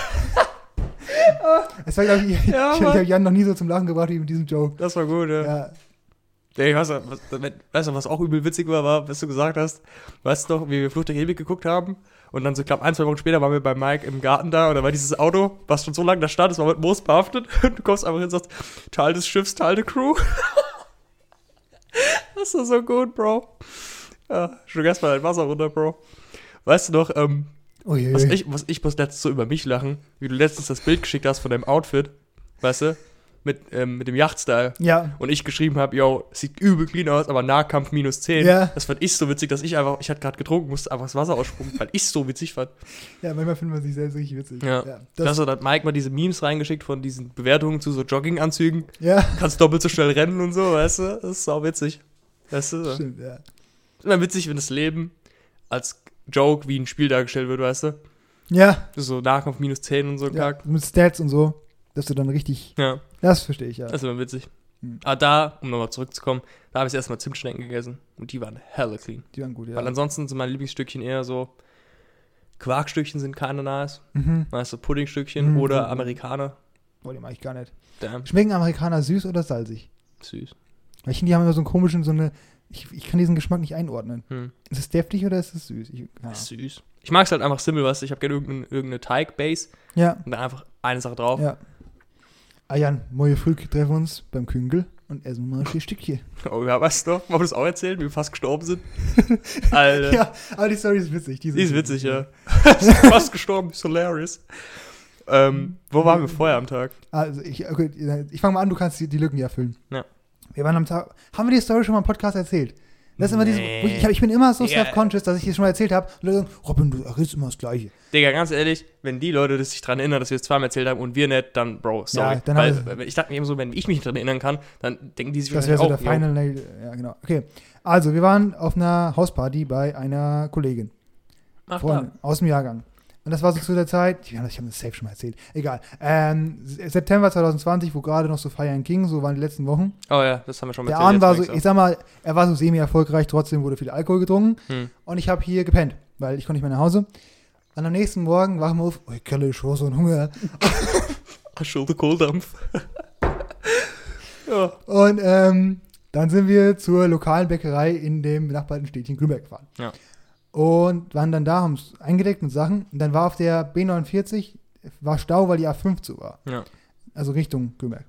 Es war, glaube ich, ich, Ja, ich, ich Mann. habe Jan noch nie so zum Lachen gebracht wie mit diesem Joke. Das war gut, ja. Ja, Ey, weißt du, was, weißt du, was auch übel witzig war, war, was du gesagt hast? Weißt du doch, wie wir Flucht der Karibik geguckt haben? Und dann so, ich glaube, ein, zwei Wochen später waren wir bei Mike im Garten da und da war dieses Auto, was schon so lange da stand, es war mit Moos behaftet. Und du kommst einfach hin und sagst, Teil des Schiffs, Teil der Crew. Das war so gut, Bro. Ja, schon erstmal dein Wasser runter, Bro. Weißt du noch, ähm, oh je, was je. ich, was ich muss letztens so über mich lachen, wie du letztens das Bild geschickt hast von deinem Outfit, weißt du, mit, ähm, mit dem Yacht-Style. Ja, Und ich geschrieben habe, yo, sieht übel clean aus, aber Nahkampf minus zehn. Ja. Das fand ich so witzig, dass ich einfach, ich hatte gerade getrunken, musste einfach das Wasser ausspucken, weil ich so witzig fand. ja, manchmal findet man sich selbst richtig witzig. Ja. ja, Das das, so, da hat Mike mal diese Memes reingeschickt von diesen Bewertungen zu so Jogginganzügen. ja Kannst doppelt so schnell rennen und so, weißt du? Das ist sau witzig. Weißt du? stimmt, ja. Ist immer witzig, wenn das Leben als Joke wie ein Spiel dargestellt wird, weißt du? Ja, So Nahkampf minus zehn und so ein ja, Kack. mit Stats und so, dass du dann richtig, Ja, das verstehe ich, ja. das ist immer witzig. Hm. Aber da, um nochmal zurückzukommen, da habe ich erstmal Zimtschnecken gegessen und die waren hella clean. Die waren gut, ja. Weil ansonsten sind meine Lieblingsstückchen eher so, Quarkstückchen sind keine nice, Mhm. weißt du, Puddingstückchen Mhm. oder Amerikaner. Boah, die mag ich gar nicht. Damn, Schmecken Amerikaner süß oder salzig? süß. Weil ich finde, die haben immer so einen komischen, so eine, ich, ich kann diesen Geschmack nicht einordnen. Hm. Ist es deftig oder ist es süß? Ich, ja. Süß. Ich mag es halt einfach simpel, weißt du, ich habe gerne irgendeine, irgendeine Teig-Base ja, und dann einfach eine Sache drauf. ja. Ah Jan, morgen früh treffen wir uns beim Küngel und essen mal vier Stückchen. Oh ja, weißt du noch, wollen wir das auch erzählen, wie wir fast gestorben sind? Alter, Ja, aber die Story ist witzig. die ist witzig, ja. Fast gestorben, ist hilarious. Ähm, wo waren wir vorher am Tag? Also ich, okay, ich fange mal an, du kannst die, die Lücken ja füllen. Ja. Wir waren am Tag. Haben wir die Story schon mal im Podcast erzählt? Das ist immer Nee. dieses, wo ich, ich, hab, ich bin immer so Ja. self-conscious, dass ich das schon mal erzählt habe. Und Leute sagen, Robin, du redest immer das Gleiche. Digga, ganz ehrlich, wenn die Leute das sich dran erinnern, dass wir es zweimal erzählt haben und wir nicht, dann, Bro, sorry. Ja, dann Weil, haben wir- weil ich dachte mir eben so, wenn ich mich nicht dran erinnern kann, dann denken die sich Das wäre so der wahrscheinlich auch, Final. Ja, genau. Okay. Also, wir waren auf einer Hausparty bei einer Kollegin. Ach, Freundin, aus dem Jahrgang. Und das war so zu der Zeit, ich habe das safe schon mal erzählt, egal. Ähm, September zwanzig zwanzig, wo gerade noch so feiern ging, so waren die letzten Wochen. Oh ja, das haben wir schon mal erzählt. Der Abend war so, ich sag mal, er war so semi-erfolgreich, trotzdem wurde viel Alkohol getrunken. Hm. Und ich habe hier gepennt, weil ich konnte nicht mehr nach Hause. Und am nächsten Morgen wachen wir auf, oh, Kalle, ich war so ein Hunger. Schulter Kohldampf. Ja. Und ähm, dann sind wir zur lokalen Bäckerei in dem benachbarten Städtchen Grünberg gefahren. Ja. Und waren dann da, haben es eingedeckt mit Sachen. Und dann war auf der B neunundvierzig, war Stau, weil die A fünf zu war. Ja. Also Richtung Grünberg.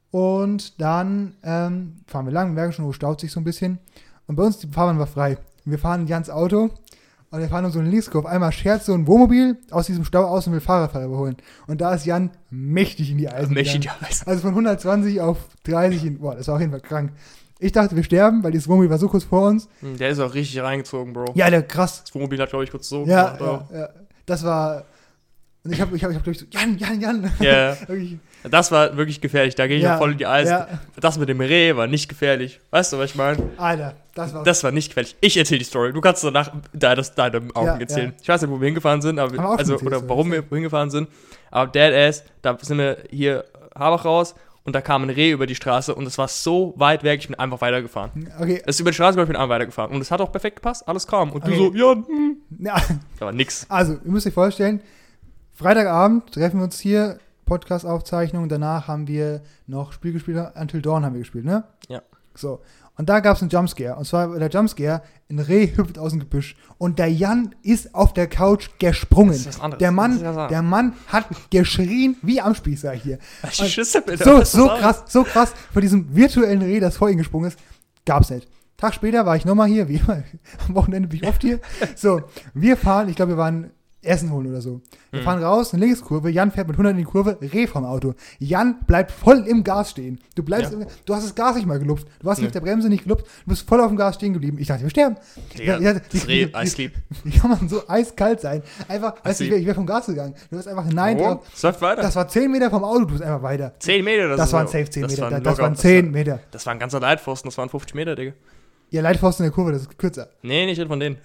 Und dann ähm, fahren wir lang, wir merken schon, wo staut sich so ein bisschen. Und bei uns, die Fahrbahn war frei. Wir fahren in Jans Auto und wir fahren um so einen Linkskurve. Auf einmal schert so ein Wohnmobil aus diesem Stau aus und will Fahrradfahrer überholen. Und da ist Jan mächtig in die Eisen Mächtig gegangen. in die Eisen. Also von hundertzwanzig auf dreißig. In, boah, das war auf jeden Fall krank. Ich dachte, wir sterben, weil dieses Wohnmobil war so kurz vor uns. Der ist auch richtig reingezogen, Bro. Ja, der krass. Das Wohnmobil hat, glaube ich, kurz so Ja, gemacht. ja, ja. Das war... Und ich habe, ich habe, ich habe, ich so, Jan, Jan, Jan. Ja, das war wirklich gefährlich. Da gehe ich ja, auch voll in die Eisen. Ja. Das mit dem Reh war nicht gefährlich. Weißt du, was ich meine? Alter, das war... Das war nicht gefährlich. Ich erzähle die Story. Du kannst danach deine, deine Augen Ja, erzählen. ja. Ich weiß nicht, wo wir hingefahren sind, aber Haben wir auch also schon erzählt, oder so. warum wir hingefahren sind. Aber Deadass, da sind wir hier Habach raus und da kam ein Reh über die Straße und es war so weit weg, ich bin einfach weitergefahren. Okay. Es ist über die Straße, aber ich bin einfach weitergefahren. Und es hat auch perfekt gepasst, alles kam. Und Okay. du so, ja, hm. Ja. Da war nix. Also, ihr müsst euch vorstellen, Freitagabend treffen wir uns hier, Podcast-Aufzeichnung, danach haben wir noch Spiel gespielt, Until Dawn haben wir gespielt, ne? Ja. So, und da gab es einen Jumpscare, und zwar der Jumpscare, ein Reh hüpft aus dem Gebüsch und der Jan ist auf der Couch gesprungen. Das ist was anderes. Der Mann, Das ist was anderes. der Mann hat geschrien wie am Spieß, sag ich hier. Ich schisse bitte. So, Was ist so das? krass, so krass, von diesem virtuellen Reh, das vor ihm gesprungen ist, gab's nicht. Tag später war ich nochmal hier, wie immer, am Wochenende bin ich oft hier. So, wir fahren, ich glaube, wir waren Essen holen oder so. Wir Mhm. fahren raus, eine Linkskurve, Jan fährt mit hundert in die Kurve, Reh vom Auto. Jan bleibt voll im Gas stehen. Du bleibst, Ja. im, du hast das Gas nicht mal gelupft. Du hast Nee. nicht auf der Bremse nicht gelupft, du bist voll auf dem Gas stehen geblieben. Ich dachte, wir sterben. Digga, Ja, ja, das die- Reh, die- I sleep. Wie kann man so eiskalt sein? Einfach, weißt du, I ich wäre wär vom Gas gegangen. Du hast einfach Nein Oh, drauf. es läuft weiter. Das war zehn Meter vom Auto, du bist einfach weiter. zehn Meter. Das, Das, ist waren so- safe zehn das Meter. waren Das, das locker- waren zehn das Meter. war, das war ein ganzer Leitpfosten, das waren fünfzig Meter, Digga. Ihr Leitpfosten in der Kurve, das ist kürzer. Nee, nicht von denen.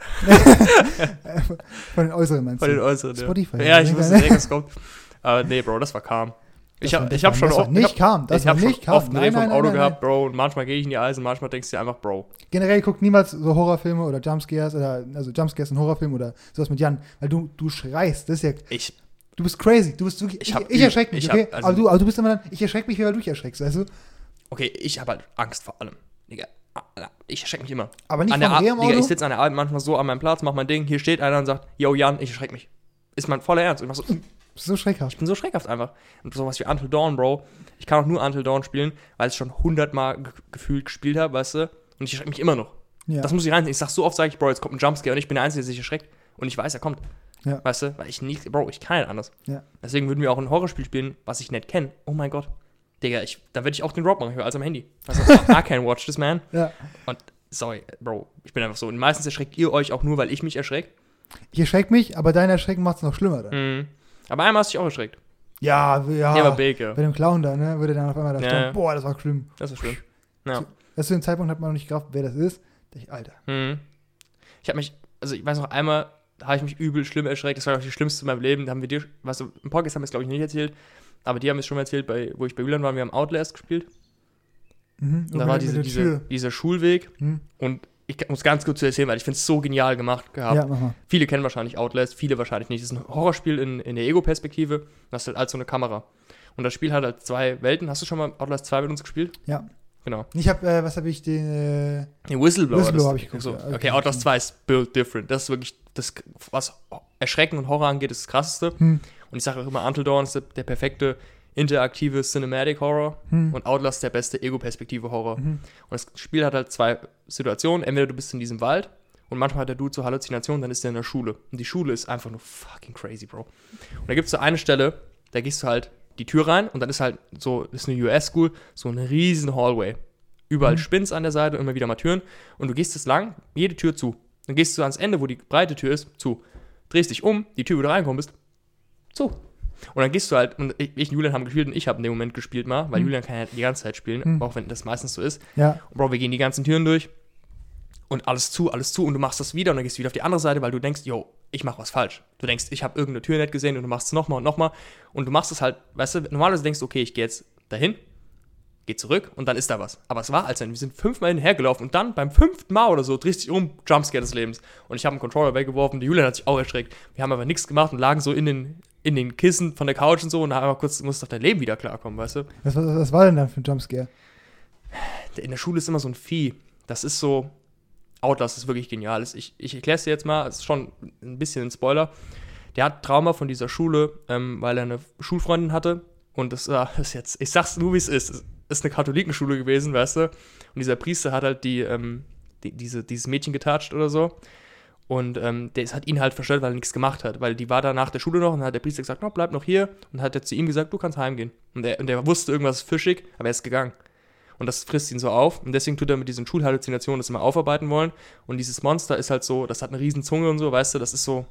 Von den äußeren meinst Von du? den äußeren, Spotify, ja. Ja, ich ja. wusste direkt, was kommt. Aber nee, Bro, das war calm. Ich Das hab, war- das ich hab war- schon das war oft, nicht ich hab, calm. Das ich war hab nicht schon oft calm. einen Reh Nein, vom nein, Auto nein, nein, gehabt, Bro, und manchmal gehe ich in die Eisen, manchmal denkst du dir einfach, Bro. Generell guckt niemals so Horrorfilme oder Jumpscares oder also Jumpscares in Horrorfilmen oder sowas mit Jan, weil du, du schreist. Das ist ja, Ich, du bist crazy. Du bist wirklich, Ich ich, hab ich, üb- erschreck mich, ich okay? hab- also- aber, du, aber du bist immer dann, ich erschreck mich, weil du dich erschreckst, weißt du? okay, ich habe halt Angst vor allem. Digga, ich erschreck mich immer. Aber nicht An der vom Ar- Reh am Digga, Auto? ich sitze an der Arbeit manchmal so an meinem Platz, mach mein Ding, hier steht einer und sagt, yo Jan, ich erschreck mich. Ist mein voller Ernst. Und ich mach so, mm, So schreckhaft. ich bin so schreckhaft einfach. Und sowas wie Until Dawn, Bro. Ich kann auch nur Until Dawn spielen, weil ich es schon hundertmal ge- gefühlt gespielt habe, weißt du? Und ich erschrecke mich immer noch. Ja. Das muss ich reinziehen. Ich sag so oft, sage ich, Bro, jetzt kommt ein Jumpscare und ich bin der Einzige, der sich erschreckt. Und ich weiß, er kommt. Ja. Weißt du? Weil ich nicht, Bro, ich kann nicht anders. Ja. Deswegen würden wir auch ein Horrorspiel spielen, was ich nicht kenne. Oh mein Gott. Digga, ich, dann würde ich auch den Drop machen, als am Handy. Also, I can't watch this, man. Ja. Und, sorry, Bro, ich bin einfach so. Und meistens erschreckt ihr euch auch nur, weil ich mich erschrecke. Ich erschreck mich, aber dein Erschrecken macht es noch schlimmer dann. Mhm. Aber einmal hast du dich auch erschreckt. Ja, ja. Der war big, ja. Bei dem Clown da, ne, würde dann auf einmal da Ja. stehen, boah, das war schlimm. Das ist schlimm. Ja. Weißt du, den Zeitpunkt hat man noch nicht gerafft, wer das ist. Da ich, Alter. Mhm. Ich habe mich, also ich weiß noch einmal, da habe ich mich übel schlimm erschreckt. Das war auch das Schlimmste in meinem Leben. Da haben wir dir, weißt du, im Podcast haben wir es glaube ich nicht erzählt, aber die haben es schon mal erzählt, bei, wo ich bei Julian war, wir haben Outlast gespielt. Mhm. Und da war diese, diese, dieser Schulweg Hm. und ich muss ganz kurz erzählen, weil ich finde es so genial gemacht gehabt. Ja, mach mal. Viele kennen wahrscheinlich Outlast, viele wahrscheinlich nicht. Das ist ein Horrorspiel in, in der Ego-Perspektive. Das ist halt als so eine Kamera. Und das Spiel hat halt zwei Welten. Hast du schon mal Outlast zwei mit uns gespielt? Ja. Genau. Ich hab, äh, was habe ich, den, äh, Nee, Whistleblower. Whistleblower das- hab ich geguckt, So. ja. Okay, Okay. Outlast zwei ist built different. Das ist wirklich, das, was Erschrecken und Horror angeht, ist das krasseste. hm, Und ich sage auch immer, Until Dawn ist der, der perfekte interaktive Cinematic Horror hm, und Outlast der beste Ego-Perspektive Horror. mhm. Und das Spiel hat halt zwei Situationen. Entweder du bist in diesem Wald und manchmal hat der Dude so Halluzinationen, dann ist er in der Schule. Und die Schule ist einfach nur fucking crazy, Bro. Und da gibt es so eine Stelle, da gehst du halt die Tür rein und dann ist halt so, ist eine U S-School, so eine riesen Hallway. Überall Mhm. Spins an der Seite, immer wieder mal Türen. Und du gehst es lang, jede Tür zu. Dann gehst du ans Ende, wo die breite Tür ist, zu. Drehst dich um, die Tür, wo du reinkommen bist, zu. Und dann gehst du halt, und ich, ich und Julian haben gespielt und ich habe in dem Moment gespielt mal, weil Mhm. Julian kann ja die ganze Zeit spielen, Mhm. auch wenn das meistens so ist. Ja. Und Bro, wir gehen die ganzen Türen durch und alles zu, alles zu und du machst das wieder und dann gehst du wieder auf die andere Seite, weil du denkst, yo, ich mach was falsch. Du denkst, ich habe irgendeine Tür nicht gesehen und du machst es nochmal und nochmal und du machst es halt, weißt du, normalerweise denkst du, okay, ich gehe jetzt dahin, geh zurück und dann ist da was. Aber es war als wenn wir sind fünfmal hinhergelaufen und dann beim fünften Mal oder so drehst du dich um, Jumpscare des Lebens. Und ich habe einen Controller weggeworfen, die Julian hat sich auch erschreckt. Wir haben aber nichts gemacht und lagen so in den, in den Kissen von der Couch und so und haben einfach kurz, musst auf dein Leben wieder klarkommen, weißt du. Was, was, was war denn da für ein Jumpscare? In der Schule ist immer so ein Vieh. Das ist so, Outlast ist wirklich genial. Ich, ich erkläre es dir jetzt mal, es ist schon ein bisschen ein Spoiler. Der hat Trauma von dieser Schule, ähm, weil er eine Schulfreundin hatte. Und das war das ist jetzt, ich sag's nur, wie es ist. Es ist eine Katholikenschule gewesen, weißt du. Und dieser Priester hat halt die, ähm, die, diese, dieses Mädchen getatscht oder so. Und ähm, der hat ihn halt verstellt, weil er nichts gemacht hat. Weil die war da nach der Schule noch und dann hat der Priester gesagt, no, bleib noch hier. Und hat er zu ihm gesagt, du kannst heimgehen. Und der, und der wusste, irgendwas ist fischig, aber er ist gegangen. Und das frisst ihn so auf. Und deswegen tut er mit diesen Schulhalluzinationen das immer aufarbeiten wollen. Und dieses Monster ist halt so, das hat eine riesen Zunge und so, weißt du, das ist so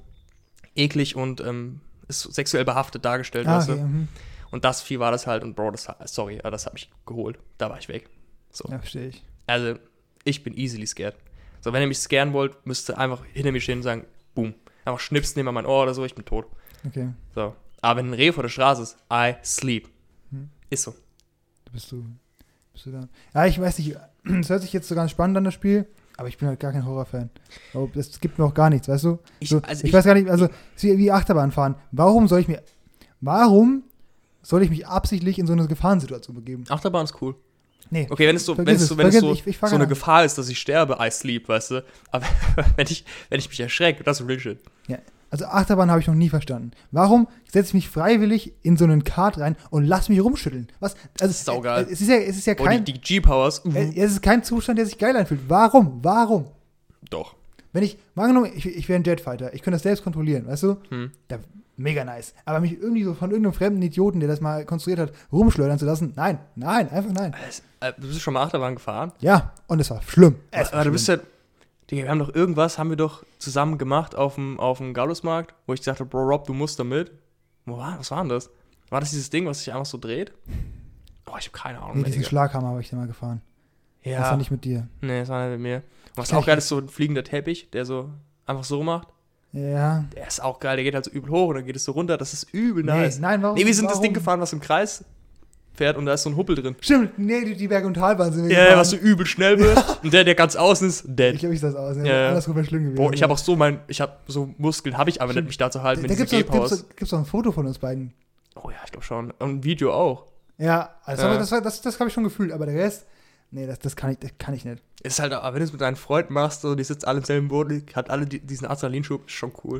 eklig und ähm, ist so sexuell behaftet dargestellt, Ah, weißt okay, du. mhm. Und das Vieh war das halt. Und Bro, das, sorry, aber das hat mich geholt. Da war ich weg. So. Ja, verstehe ich. Also, ich bin easily scared. So, wenn ihr mich scaren wollt, müsst ihr einfach hinter mir stehen und sagen, boom. Einfach schnipsen, nehmen wir mein Ohr oder so, ich bin tot. Okay. So. Aber wenn ein Reh vor der Straße ist, I sleep. Hm. Ist so. Da bist du, bist du da. Ja, ich weiß nicht, es hört sich jetzt so ganz spannend an, das Spiel, aber ich bin halt gar kein Horrorfan. Aber das gibt mir auch gar nichts, weißt du? Ich, so, also ich, ich, weiß gar nicht, also, es ist wie, wie Achterbahn fahren. Warum soll ich mir, warum soll ich mich absichtlich in so eine Gefahrensituation begeben? Achterbahn ist cool. Nee. Okay, wenn es so, wenn vergiss es so, wenn es vergiss- so, ich, ich fahr so eine gar nicht. Gefahr ist, dass ich sterbe, I sleep, weißt du? Aber wenn ich, wenn ich mich erschrecke, das ist real shit. Also Achterbahn habe ich noch nie verstanden. Warum setze ich mich freiwillig in so einen Kart rein und lass mich rumschütteln? Was? Also, Das ist saugeil. äh, Es ist ja, es ist ja Oh, kein, die, die G-Powers. Uh, äh, es ist kein Zustand, der sich geil anfühlt. Warum? Warum? Doch. Wenn ich, mal angenommen, ich, ich wäre ein Jetfighter, ich könnte das selbst kontrollieren, weißt du? Hm. Da, mega nice. Aber mich irgendwie so von irgendeinem fremden Idioten, der das mal konstruiert hat, rumschleudern zu lassen, nein, nein, einfach nein. Es, äh, du bist schon mal Achterbahn gefahren? Ja, und es war schlimm. Es war Aber du bist schlimm. ja. Digga, wir haben doch irgendwas, haben wir doch zusammen gemacht auf dem, auf dem Gallusmarkt, wo ich dachte, Bro, Rob, du musst damit. Wo war, was war denn das? War das dieses Ding, was sich einfach so dreht? Oh, ich habe keine Ahnung. Nee, mehr, diesen Digga. Schlaghammer habe ich da mal gefahren. Das Ja. war nicht mit dir. Nee, das war nicht mit mir. Was Kann auch ich geil nicht. ist, so ein fliegender Teppich, der so einfach so macht. Ja. Der ist auch geil, der geht halt so übel hoch und dann geht es so runter. Das ist übel Nee, nice. nein, warum? Nee, wir sind warum? das Ding gefahren, was im Kreis fährt und da ist so ein Huppel drin. Stimmt, nee, die, die Berg- und Talbahn sind wir Ja, ja, gefahren. was so übel schnell wird. Und der, der ganz außen ist, Ich dead. glaube, ich das aus. Ja, Ja, ja. Andersrum wäre schlimm gewesen. Boah, ich habe auch so mein, ich habe so Muskeln, habe ich aber nicht, mich da zu halten Da mit gibt diesen es doch, G-Powers. gibt's doch ein Foto von uns beiden. Oh ja, ich glaube schon. Und ein Video auch. Ja, also Ja. aber das, war- das, das habe ich schon gefühlt, aber der Rest, nee, das, das, kann, ich, das kann ich nicht. Ist halt, aber wenn du es mit deinen Freunden machst, so, die sitzen alle im selben Boot, die hat alle die, diesen Adrenalinschub, ist schon cool.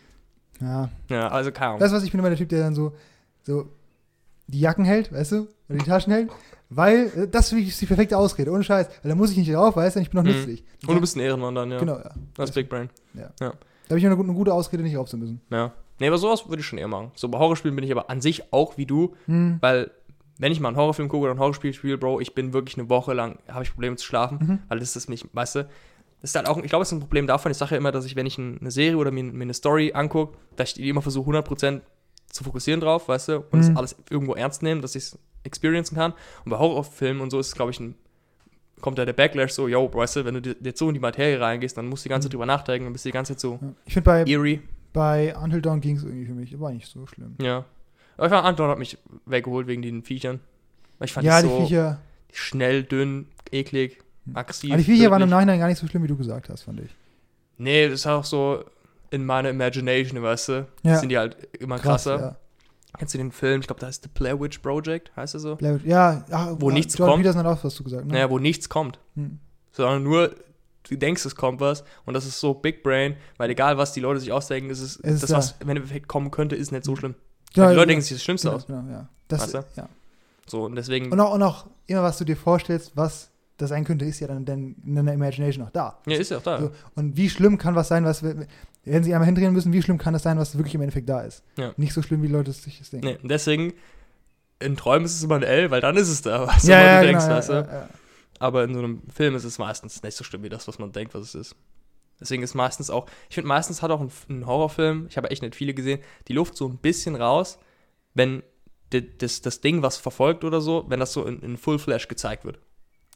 Ja. Ja, also keine Ahnung. Weißt du was, ich bin immer der Typ, der dann so, so die Jacken hält, weißt du, oder die Taschen hält, weil, äh, das ist die perfekte Ausrede, ohne Scheiß, weil da muss ich nicht drauf, weißt du, ich bin noch Mhm. nützlich. Und du bist ein Ehrenmann dann, ja. Genau, ja. Das ist Big Brain. Da habe ich immer eine, gute- eine gute Ausrede, nicht rauf zu müssen. Ja. Nee, aber sowas würde ich schon eher machen. So bei Horrorspielen bin ich aber an sich auch wie du, Hm. weil wenn ich mal einen Horrorfilm gucke oder ein Horrorspiel spiele, Bro, ich bin wirklich eine Woche lang, habe ich Probleme zu schlafen, Mhm. weil das ist nicht, weißt du, das ist halt auch, ich glaube, es ist ein Problem davon, ich sage ja immer, dass ich, wenn ich ein, eine Serie oder mir, mir eine Story angucke, dass ich die immer versuche, hundert Prozent zu fokussieren drauf, weißt du, und das Mhm. alles irgendwo ernst nehmen, dass ich es experiencen kann. Und bei Horrorfilmen und so ist es, glaube ich, ein, kommt da der Backlash so, yo, weißt du, wenn du dir- jetzt so in die Materie reingehst, dann musst du die ganze Zeit Mhm. drüber nachdenken und bist die ganze Zeit so Ja. Ich finde, bei, eerie. bei Until Dawn ging es irgendwie für mich, war nicht so schlimm. Ja. Aber ich fand, Anton hat mich weggeholt wegen den Viechern. Weil ich fand Ja, die die so Viecher, schnell, dünn, eklig, aggressiv. aber die Viecher waren im tödlich. Nachhinein gar nicht so schlimm, wie du gesagt hast, fand ich. Nee, das ist auch so in meiner Imagination, weißt du? Ja. Sind die halt immer Krass, krasser. ja. Kennst du den Film? Ich glaube, da ist The Blair Witch Project, heißt er so? Blair- Ja, ach, Wo ja, nichts Jordan kommt. Peterson hat auch was du gesagt, ne? Naja, wo nichts kommt. Hm. Sondern nur, du denkst, es kommt was. Und das ist so Big Brain, weil egal, was die Leute sich ausdenken, ist es, Es ist das, da. was im Endeffekt kommen könnte, ist nicht so schlimm. Ja, weil die Leute ja, denken sich das Schlimmste genau, aus. genau, ja. Das, Weißt du? ja. So, und deswegen, Und auch, und auch immer, was du dir vorstellst, was das sein könnte, ist ja dann dann in deiner Imagination auch da. ja, ist ja auch da. So, und wie schlimm kann was sein, was, wir- wenn sie einmal hindrehen müssen, wie schlimm kann das sein, was wirklich im Endeffekt da ist? Ja. Nicht so schlimm, wie Leute es sich das denken. Nee, und deswegen, in Träumen ist es immer ein L, weil dann ist es da, was Ja, immer ja, du genau, denkst, ja, weißt du? ja, ja. Aber in so einem Film ist es meistens nicht so schlimm wie das, was man denkt, was es ist. Deswegen ist meistens auch, ich finde, meistens hat auch ein, ein Horrorfilm, ich habe echt nicht viele gesehen, die Luft so ein bisschen raus, wenn die, das, das Ding, was verfolgt oder so, wenn das so in, in Full Flash gezeigt wird.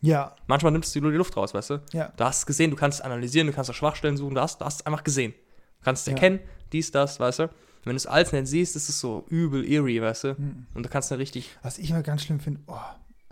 Ja. Manchmal nimmst du die Luft raus, weißt du? Ja. Du hast es gesehen, du kannst es analysieren, du kannst auch Schwachstellen suchen, du hast, du hast es einfach gesehen. Du kannst es Ja. erkennen, dies, das, weißt du? Und wenn du es alles nicht siehst, ist es so übel eerie, weißt du? Hm. Und du kannst nicht richtig... Was ich immer ganz schlimm finde, oh,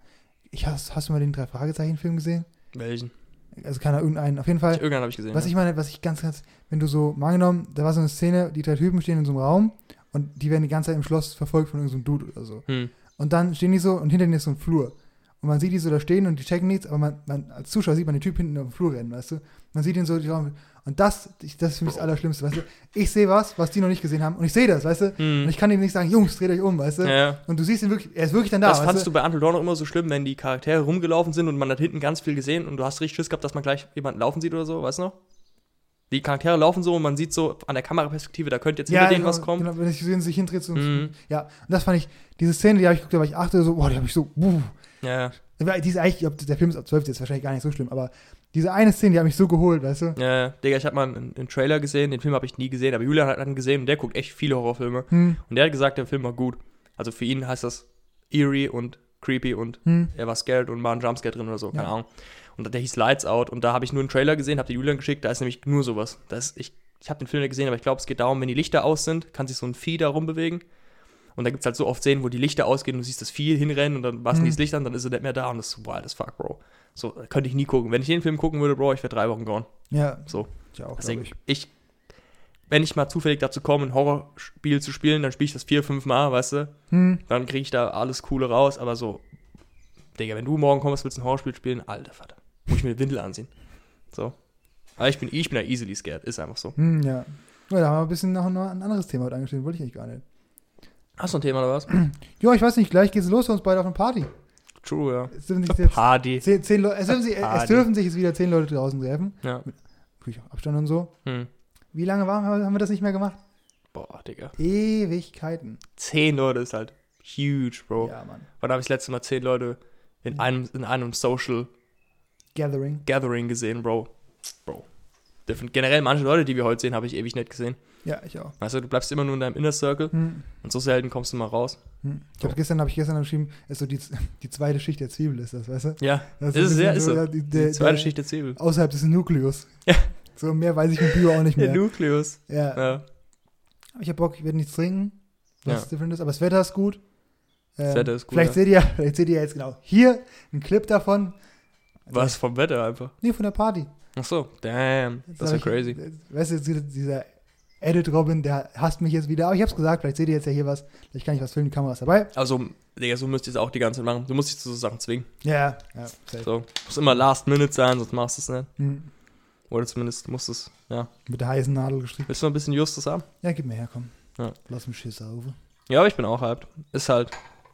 ich hast, hast du mal den Drei-Fragezeichen-Film gesehen? Welchen? Also keiner, irgendeinen, auf jeden Fall. Irgendwann habe ich gesehen. Was ja. ich meine, was ich ganz, ganz, wenn du so, mal angenommen, da war so eine Szene, die drei Typen stehen in so einem Raum und die werden die ganze Zeit im Schloss verfolgt von irgendeinem Dude oder so. Hm. Und dann stehen die so und hinter denen ist so ein Flur. Und man sieht die so da stehen und die checken nichts, aber man, man als Zuschauer sieht man den Typ hinten auf dem Flur rennen, weißt du? Man sieht ihn so, die Raum, und das, ich, das ist für mich das Allerschlimmste, weißt du? Ich sehe was, was die noch nicht gesehen haben und ich sehe das, weißt du? Hm. Und ich kann ihm nicht sagen, Jungs, dreht euch um, weißt du? Ja, ja. Und du siehst ihn wirklich, er ist wirklich dann da, Das weißt fandst du? du bei Until Dawn auch immer so schlimm, wenn die Charaktere rumgelaufen sind und man hat hinten ganz viel gesehen und du hast richtig Schiss gehabt, dass man gleich jemanden laufen sieht oder so, weißt du noch? Die Charaktere laufen so und man sieht so an der Kameraperspektive, da könnte jetzt hinter denen genau, was kommen. Genau, wenn ich sehen, sich hindreht so Mhm. ja, und das fand ich, diese Szene, die habe ich geguckt, da war ich acht oder so, boah, die habe ich so, buh. Ja, Die ist eigentlich, ich glaub, der Film ist ab zwölf, ist wahrscheinlich gar nicht so schlimm, aber diese eine Szene, die hat mich so geholt, weißt du? ja, ja. Digga, ich habe mal einen, einen Trailer gesehen, den Film habe ich nie gesehen, aber Julian hat einen gesehen und der guckt echt viele Horrorfilme. Hm, Und der hat gesagt, der Film war gut. Also für ihn heißt das eerie und creepy und hm, er war scared und war ein Jumpscare drin oder so, keine Ja. Ahnung. Und der hieß Lights Out und da habe ich nur einen Trailer gesehen, habe den Julian geschickt, da ist nämlich nur sowas. Da ist, ich ich habe den Film nicht gesehen, aber ich glaube, es geht darum, wenn die Lichter aus sind, kann sich so ein Vieh da rumbewegen. Und da gibt es halt so oft Szenen, wo die Lichter ausgehen und du siehst das Vieh hinrennen und dann machst du Mhm. dieses Licht an, dann ist er nicht mehr da und das ist so wild as fuck, Bro. So, könnte ich nie gucken. Wenn ich den Film gucken würde, Bro, ich wäre drei Wochen gone. ja, So. ich auch, Deswegen, glaub ich. ich, wenn ich mal zufällig dazu komme, ein Horrorspiel zu spielen, dann spiele ich das vier, fünf Mal, weißt du? Hm, Dann kriege ich da alles Coole raus, aber so, Digga, wenn du morgen kommst, willst ein Horrorspiel spielen, alter Vater, muss ich mir eine Windel anziehen. So. Aber ich bin, ich bin da easily scared, ist einfach so. hm, ja. Ja, da haben wir ein bisschen noch, noch ein anderes Thema heute angestellt, wollte ich eigentlich gar nicht. Hast du ein Thema oder was? Jo, ich weiß nicht, gleich geht's los für uns beide auf eine Party. True, ja. Es dürfen sich jetzt Party. zehn, zehn Leute, es dürfen, sich, es Party. dürfen sich jetzt wieder zehn Leute draußen treffen. Ja. Natürlich auch Abstand und so. Hm. Wie lange waren, haben wir das nicht mehr gemacht? Boah, Digga. Ewigkeiten. Zehn Leute ist halt huge, Bro. Ja, Mann. Wann habe ich das letzte Mal zehn Leute in einem, in einem Social Gathering. Gathering gesehen, Bro? Bro. Different. Generell manche Leute, die wir heute sehen, habe ich ewig nicht gesehen. Ja, ich auch. Weißt du, du bleibst immer nur in deinem Inner Circle Hm. und so selten kommst du mal raus. Hm. Ich habe gestern, habe ich gestern geschrieben, ist so die, die zweite Schicht der Zwiebel ist das, weißt du? Ja, Das ist es, ein ja, bisschen ist so. ja, die, der, Die zweite der, Schicht der Zwiebel. Außerhalb des Nukleus. Ja. So mehr weiß ich mit Bio auch nicht Der mehr. Nukleus. Ja. Ja. Aber ich habe Bock, ich werde nichts trinken, was Ja. different ist, aber das Wetter ist gut. Das Ähm, Wetter ist gut, Vielleicht ja. seht ihr, vielleicht seht ihr jetzt genau hier einen Clip davon. Was vom Wetter einfach. Nee, von der Party. Ach so, damn, das ist ja sag ich- crazy. Weißt du, dieser- dieser Edit Robin, der hasst mich jetzt wieder. Aber ich hab's gesagt, vielleicht seht ihr jetzt ja hier was. Vielleicht kann ich was filmen, die Kamera ist dabei. Also, Digga, so müsst ihr es auch die ganze Zeit machen. Du musst dich zu so Sachen zwingen. Ja, ja, safe. So, muss immer Last Minute sein, sonst machst du es nicht. Hm. Oder zumindest musst du es, ja. Mit der heißen Nadel gestrickt. Willst du noch ein bisschen Justus haben? Ja, gib mir her, komm. Ja. Lass mich Schiss auf. Ja, aber ich bin auch hyped. Ist halt.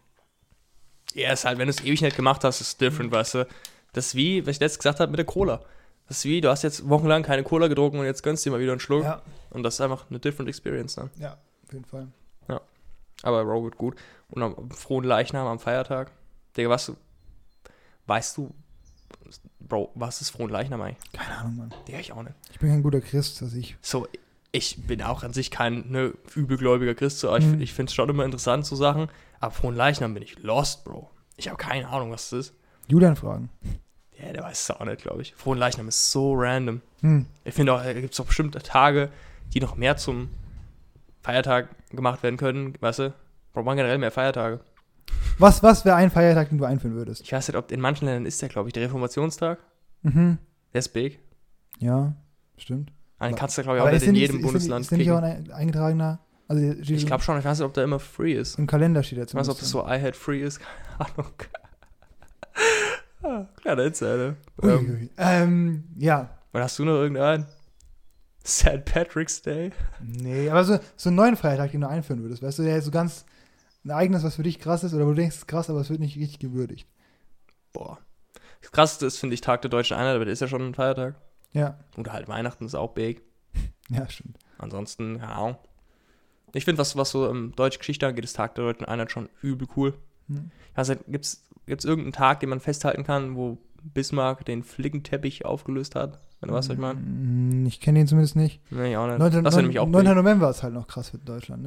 Ja, ist halt, wenn du es ewig nicht gemacht hast, ist different, weißt du. Das ist wie, was ich letztes gesagt habe mit der Cola. Das ist wie, du hast jetzt wochenlang keine Cola getrunken und jetzt gönnst du dir mal wieder einen Schluck. Ja, Und das ist einfach eine different experience dann. ja, auf jeden Fall. Aber Raw wird gut. Und am frohen Leichnam am Feiertag. Digga, was du. Weißt du. Bro, was ist frohen Leichnam eigentlich? Keine Ahnung, Mann. Digga, ich auch nicht. Ich bin kein guter Christ, dass ich. So, ich bin auch an sich kein ne, übelgläubiger Christ. So, ich Mhm. ich finde es schon immer interessant, so Sachen. Aber frohen Leichnam bin ich lost, Bro. Ich habe keine Ahnung, was das ist. Julian fragen. Ja, der weiß es auch nicht, glaube ich. Frohen Leichnam ist so random. Hm. Ich finde auch, da gibt es doch bestimmte Tage, die noch mehr zum Feiertag gemacht werden können, weißt du? Braucht man generell mehr Feiertage. Was, was wäre ein Feiertag, den du einführen würdest? Ich weiß nicht, ob in manchen Ländern ist der, glaube ich, der Reformationstag. Mhm. Der ist big. Ja, stimmt. Den Aber- kannst du, glaube ich, auch Aber nicht ist in der jedem nicht- ist der Bundesland nicht- ist der nicht auch kriegen. ein eingetragener? Also der steht Ich glaube schon, ich weiß nicht, ob der immer free ist. im Kalender steht er Ich weiß nicht, ob das so I had free ist. Keine Ahnung. ah, kleiner Insider. Ui, Ähm, ui. Ähm, ja. und hast du noch irgendeinen? Saint Patrick's Day? Nee, aber so, so einen neuen Feiertag, den du einführen würdest, weißt du, der ist so ganz ein eigenes, was für dich krass ist, oder wo du denkst, es ist krass, aber es wird nicht richtig gewürdigt. Boah. Das krasseste ist, finde ich, Tag der Deutschen Einheit, aber der ist ja schon ein Feiertag. Ja, Oder halt Weihnachten ist auch big. ja, stimmt. Ansonsten, keine Ahnung. Ich finde, was, was so um, deutsche Geschichte angeht, ist Tag der Deutschen Einheit schon übel cool. Hm. Also gibt es irgendeinen Tag, den man festhalten kann, wo Bismarck den Flickenteppich aufgelöst hat? Wenn du weißt, was ich meine? Mm, Ich kenne ihn zumindest nicht. Nee, ich auch nicht. neunter das wäre nämlich auch neunter big. November ist halt noch krass für Deutschland, ne? Ja,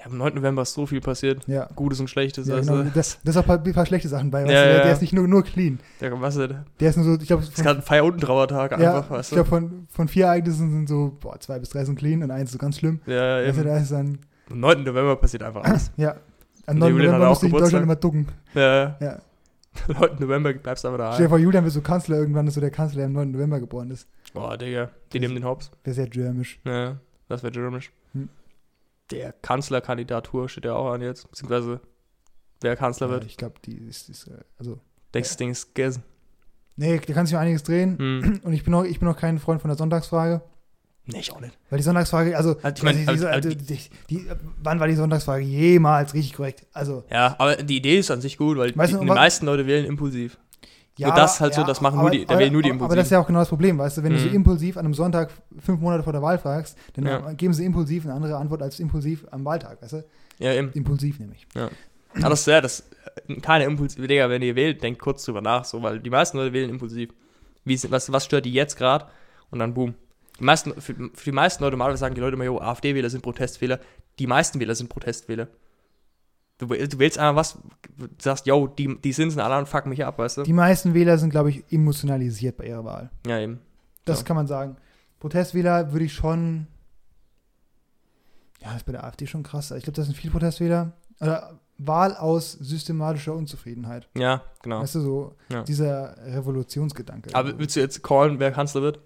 am neunten November ist so viel passiert. Ja. Gutes und Schlechtes. Ja, also, genau. das, das ist auch ein paar, ein paar schlechte Sachen bei. Weißt Ja, du, der, ja. der ist nicht nur, nur clean. Der, was ist das? Der ist nur so, ich glaube, ist gerade ein Feier- und ein Trauertag ja, einfach, weißt ich du? glaube, von, von vier Ereignissen sind so, boah, zwei bis drei sind clean und eins ist so ganz schlimm. Ja, Also eben. da ist dann, Am neunten November passiert einfach alles. ja, am Und der neunten Julian hat November auch musste ich in Deutschland Geburtstag. immer ducken. Ja, Ja. am neunten November bleibst du einfach Stell dir da. vor, Julian wird so Kanzler, irgendwann ist so der Kanzler, der am neunten November geboren ist. Boah, Digga, die nehmen den Hops. Wäre sehr germisch. Ja, das wäre germisch. Hm. Der Kanzlerkandidatur steht ja auch an jetzt, beziehungsweise wer Kanzler Ja, wird. ich glaube, die ist, ist, äh, also, Denkst du, das Ding ist gegessen? nee, da kann sich noch einiges drehen. Hm. Und ich bin, auch, ich bin auch kein Freund von der Sonntagsfrage. Nee, ich auch nicht. Weil die Sonntagsfrage, also, Also ich mein, also, diese, also die, die, die, wann war die Sonntagsfrage jemals richtig korrekt? Also, Ja, aber die Idee ist an sich gut, weil Weißt die, du, die was- meisten Leute wählen impulsiv. ja, Nur das halt so, ja, das machen aber, nur die, da aber, wählen nur die aber, impulsiv. aber das ist ja auch genau das Problem, weißt du, wenn du so Mhm. impulsiv an einem Sonntag fünf Monate vor der Wahl fragst, dann Ja. geben sie impulsiv eine andere Antwort als impulsiv am Wahltag, weißt du? Ja, eben. Impulsiv nämlich. Aber das ist ja, das, keine impulsive, Digga, wenn ihr wählt, denkt kurz drüber nach, so, weil die meisten Leute wählen impulsiv. Wie, ist- was, was stört die jetzt gerade? Und dann boom. Die meisten, für, für die meisten Leute, normalerweise sagen die Leute immer, jo, AfD-Wähler sind Protestwähler. Die meisten Wähler sind Protestwähler. Du, wähl- du wählst einfach was, du sagst, yo, die, die sind es und alle anderen fucken mich ab, weißt du? Die meisten Wähler sind, glaube ich, emotionalisiert bei ihrer Wahl. Ja, eben. Das Ja. kann man sagen. Protestwähler würde ich schon, ja, das ist bei der AfD schon krass. Ich glaube, das sind viele Protestwähler. Oder Wahl aus systematischer Unzufriedenheit. Ja, genau. Weißt du, so Ja. dieser Revolutionsgedanke. Aber willst du jetzt callen, wer Kanzler wird?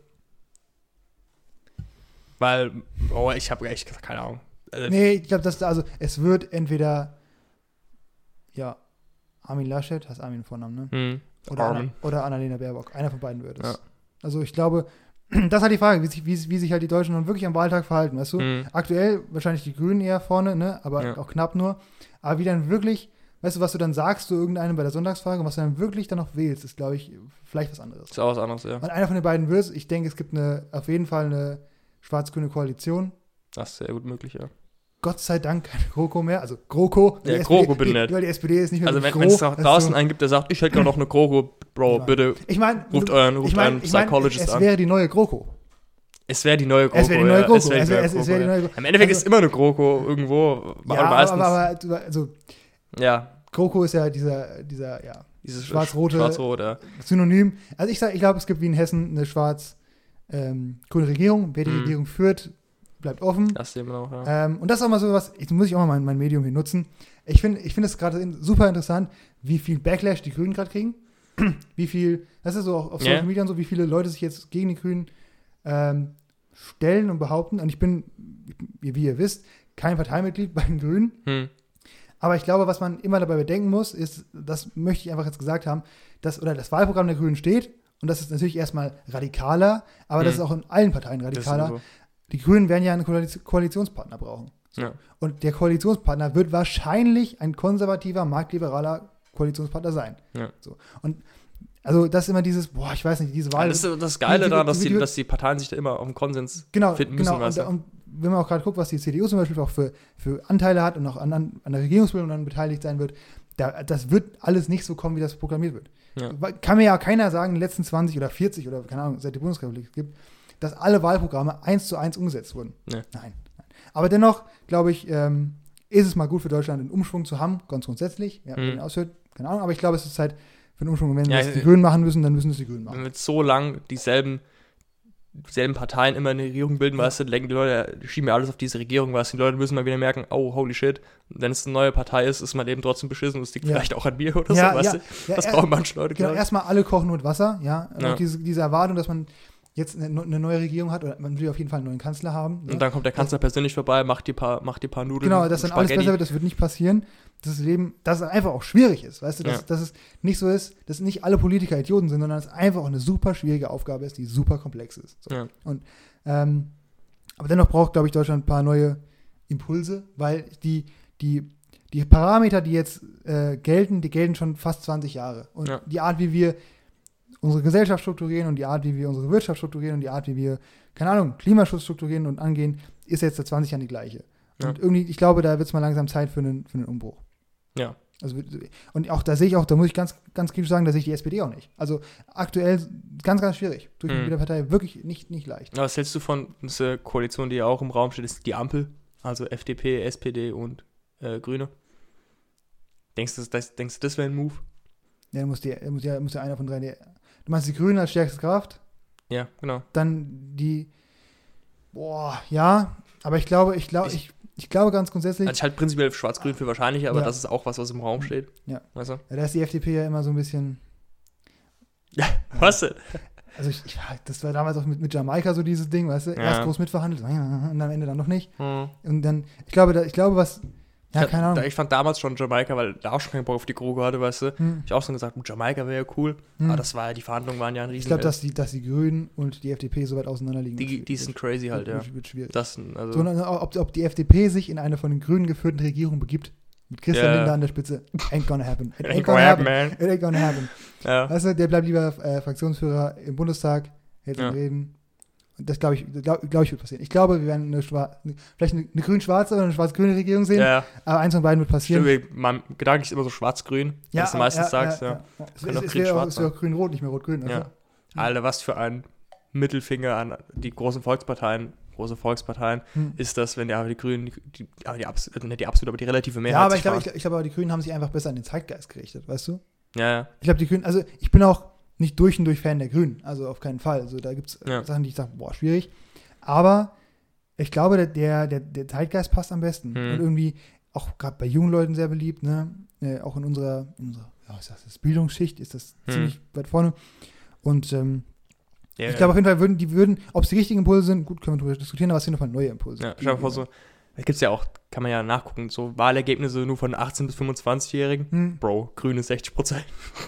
Weil, oh, ich habe echt keine Ahnung. Also, Nee, ich glaube, dass also es wird entweder ja Armin Laschet, heißt Armin Vornamen, ne? hm, Oder, Anna, Armin. oder Annalena Baerbock. Einer von beiden wird es. Ja. Also ich glaube, das ist halt die Frage, wie sich, wie, wie sich halt die Deutschen dann wirklich am Wahltag verhalten, weißt du? Hm, Aktuell wahrscheinlich die Grünen eher vorne, ne? Aber Ja. auch knapp nur. Aber wie dann wirklich, weißt du, was du dann sagst zu irgendeinem bei der Sonntagsfrage und was du dann wirklich dann noch wählst, ist, glaube ich, vielleicht was anderes. ist auch was anderes, ja. Und einer von den beiden wird es. Ich denke, es gibt eine, auf jeden Fall eine schwarz-grüne Koalition. Das ist sehr gut möglich, ja. Gott sei Dank keine GroKo mehr. Also GroKo. weil Ja, die GroKo S P D, bin die, nett. weil die S P D ist nicht mehr Also so wenn gro, wenn es da weißt du, draußen so. einen gibt, der sagt, ich hätte gerne noch eine GroKo, Bro, Ja. bitte Ich meine, ruft euren, ruft ich mein, euren ich mein, Psychologist es an. wäre die neue GroKo. Es wäre die neue GroKo. Es wäre die neue ja. GroKo. Es wäre Es die wäre neue es wäre die GroKo, neue ja. GroKo. Im Endeffekt Also- ist immer eine GroKo irgendwo, Ja, aber meistens, aber, aber du- also ja, GroKo ist ja dieser, dieser ja, dieses Schwarz-rote- Schwarz-Rot, ja. Synonym. Also ich sag, ich glaube, es gibt wie in Hessen eine schwarz-grüne Regierung. Wer die Mhm. Regierung führt, bleibt offen. Das sehen wir auch, ja. Ähm, und das ist auch mal so was, jetzt muss ich auch mal mein, mein Medium hier nutzen. Ich finde ich find es gerade in- super interessant, wie viel Backlash die Grünen gerade kriegen. Wie viel, das ist so auch auf Ja. Social Media und so, wie viele Leute sich jetzt gegen die Grünen ähm, stellen und behaupten. Und ich bin, wie, wie ihr wisst, kein Parteimitglied bei den Grünen. Hm. Aber ich glaube, was man immer dabei bedenken muss, ist, das möchte ich einfach jetzt gesagt haben, dass, oder das Wahlprogramm der Grünen steht, und das ist natürlich erstmal radikaler, aber das Hm. ist auch in allen Parteien Das ist radikaler. so. Die Grünen werden ja einen Koaliz- Koalitionspartner brauchen. Ja. Und der Koalitionspartner wird wahrscheinlich ein konservativer, marktliberaler Koalitionspartner sein. Ja. So. Und also das ist immer dieses, boah, ich weiß nicht, diese Ja, Wahl. das ist das Geile die- die- daran, dass die- die, die- dass die Parteien sich da immer auf einen Konsens genau, finden genau. müssen, weißt Und, du? und wenn man auch gerade guckt, was die C D U zum Beispiel auch für, für Anteile hat und auch an, an an der Regierungsbildung dann beteiligt sein wird, da, das wird alles nicht so kommen, wie das programmiert wird. Ja. Weil- Kann mir ja keiner sagen, in den letzten zwanzig oder vierzig oder keine Ahnung, seit die Bundesrepublik es gibt, dass alle Wahlprogramme eins zu eins umgesetzt wurden. Nee. Nein, nein. Aber dennoch, glaube ich, ähm, ist es mal gut für Deutschland, einen Umschwung zu haben, ganz grundsätzlich. Ja, Mhm. wie den aushört, keine Ahnung, aber ich glaube, es ist Zeit für einen Umschwung. Und wenn Ja, das die äh, Grünen machen müssen, dann müssen es die Grünen Wenn machen. wir so lang dieselben, dieselben Parteien immer eine Regierung bilden, Ja. weißt du, denken die Leute, die schieben ja alles auf diese Regierung, weißt du, die Leute müssen mal wieder merken, oh, holy shit, wenn es eine neue Partei ist, ist mein Leben trotzdem beschissen und es liegt Ja. vielleicht auch an mir oder Ja, so, weißt ja, du, ja, das er- brauchen manche Leute, Genau, glaub ich. erstmal alle kochen mit Wasser, ja. Und Ja. auch diese, diese Erwartung, dass man jetzt eine, eine neue Regierung hat, oder man will auf jeden Fall einen neuen Kanzler haben. Ne? Und dann kommt der Kanzler persönlich vorbei, macht die paar, macht die paar Nudeln. Genau, dass und dann alles Spaghetti. besser wird, das wird nicht passieren. Dass das Leben, dass es einfach auch schwierig ist, weißt du, dass, Ja. dass es nicht so ist, dass nicht alle Politiker Idioten sind, sondern dass es einfach auch eine super schwierige Aufgabe ist, die super komplex ist. So. Ja. Und, ähm, aber dennoch braucht, glaube ich, Deutschland ein paar neue Impulse, weil die, die, die Parameter, die jetzt äh, gelten, die gelten schon fast zwanzig Jahre. Und Ja. die Art, wie wir unsere Gesellschaft strukturieren und die Art, wie wir unsere Wirtschaft strukturieren und die Art, wie wir, keine Ahnung, Klimaschutz strukturieren und angehen, ist jetzt seit zwanzig Jahren die gleiche. Und Ja. irgendwie, ich glaube, da wird es mal langsam Zeit für einen, für einen Umbruch. Ja. Also, und auch da sehe ich auch, da muss ich ganz, ganz kritisch sagen, da sehe ich die S P D auch nicht. Also aktuell ganz, ganz schwierig. Durch Mhm. mit der Partei wirklich nicht, nicht leicht. Aber was hältst du von dieser Koalition, die ja auch im Raum steht, ist die Ampel, also F D P, S P D und äh, Grüne. Denkst du, das, denkst du, das wäre ein Move? Ja, muss, die, muss, ja, muss ja einer von drei. Die, du meinst die Grünen als stärkste Kraft? Ja, genau. Dann die. Boah, ja. Aber ich glaube, ich glaube, ich, ich, ich glaube ganz grundsätzlich. Also ich halte prinzipiell Schwarz-Grün für wahrscheinlich, aber ja. das ist auch was, was im Raum steht. Ja. Weißt du? Ja, da ist die F D P ja immer so ein bisschen. Ja, was denn? Also ich, ich, das war damals auch mit, mit Jamaika so dieses Ding, weißt du? Ja. Erst groß mitverhandelt und am Ende dann noch nicht. Hm. Und dann, ich glaube, da, ich glaube, was. Ja, keine Ahnung. Ich fand damals schon Jamaika, weil da auch schon keinen Bock auf die Kroge hatte, weißt du. Hm. Ich auch schon gesagt, Jamaika wäre ja cool. Hm. Aber das war ja, die Verhandlungen waren ja ein riesen. Ich glaube, dass die, dass die Grünen und die F D P so weit auseinander liegen. Die, die sind crazy halt, ja. Wird, wird schwierig. Das, also So, ob, ob die F D P sich in eine von den Grünen geführten Regierung begibt, mit Christian Ja. Lindner an der Spitze, ain't gonna happen. It Ain't gonna happen, man. It ain't gonna happen. Ja. Weißt du, der bleibt lieber äh, Fraktionsführer im Bundestag, hält Ja. ja. Reden. Und das glaube ich, glaube glaub ich, wird passieren. Ich glaube, wir werden eine Schwar- vielleicht eine, eine grün-schwarze oder eine schwarz-grüne Regierung sehen, Ja. aber eins von beiden wird passieren. Stimmt, mein Gedanke ist immer so schwarz-grün, Ja, was du meistens ja, sagst, ja. ja. ja. ja. Es, Kann es, auch es wäre auch, grün-schwarz es wär auch grün-rot, nicht mehr rot-grün. Also. Ja. Alter, was für ein Mittelfinger an die großen Volksparteien, große Volksparteien, Hm. ist das, wenn die, aber die Grünen, die, die, aber die, abs- äh, nicht die absolute, aber die relative Mehrheit Ja, aber sich ich glaube, fahren. ich, ich glaub, aber die Grünen haben sich einfach besser an den Zeitgeist gerichtet, weißt du? Ja, ja. Ich glaube, die Grünen, also ich bin auch nicht durch und durch Fan der Grünen, also auf keinen Fall. Also da gibt es Ja. Sachen, die ich sage, boah, schwierig. Aber ich glaube, der, der, der, der Zeitgeist passt am besten. Hm. Und irgendwie auch gerade bei jungen Leuten sehr beliebt, ne? Äh, auch in unserer, in unserer ja, was ist das, Bildungsschicht ist das Hm. ziemlich weit vorne. Und ähm, ja ich glaube auf jeden Fall würden die würden, ob es die richtigen Impulse sind, gut, können wir darüber diskutieren, aber es sind auf jeden Fall neue Impulse. Ja, schau mal vor, so, da gibt es ja auch, kann man ja nachgucken, so Wahlergebnisse nur von achtzehn- bis fünfundzwanzigjährigen. Hm. Bro, Grüne sechzig Prozent.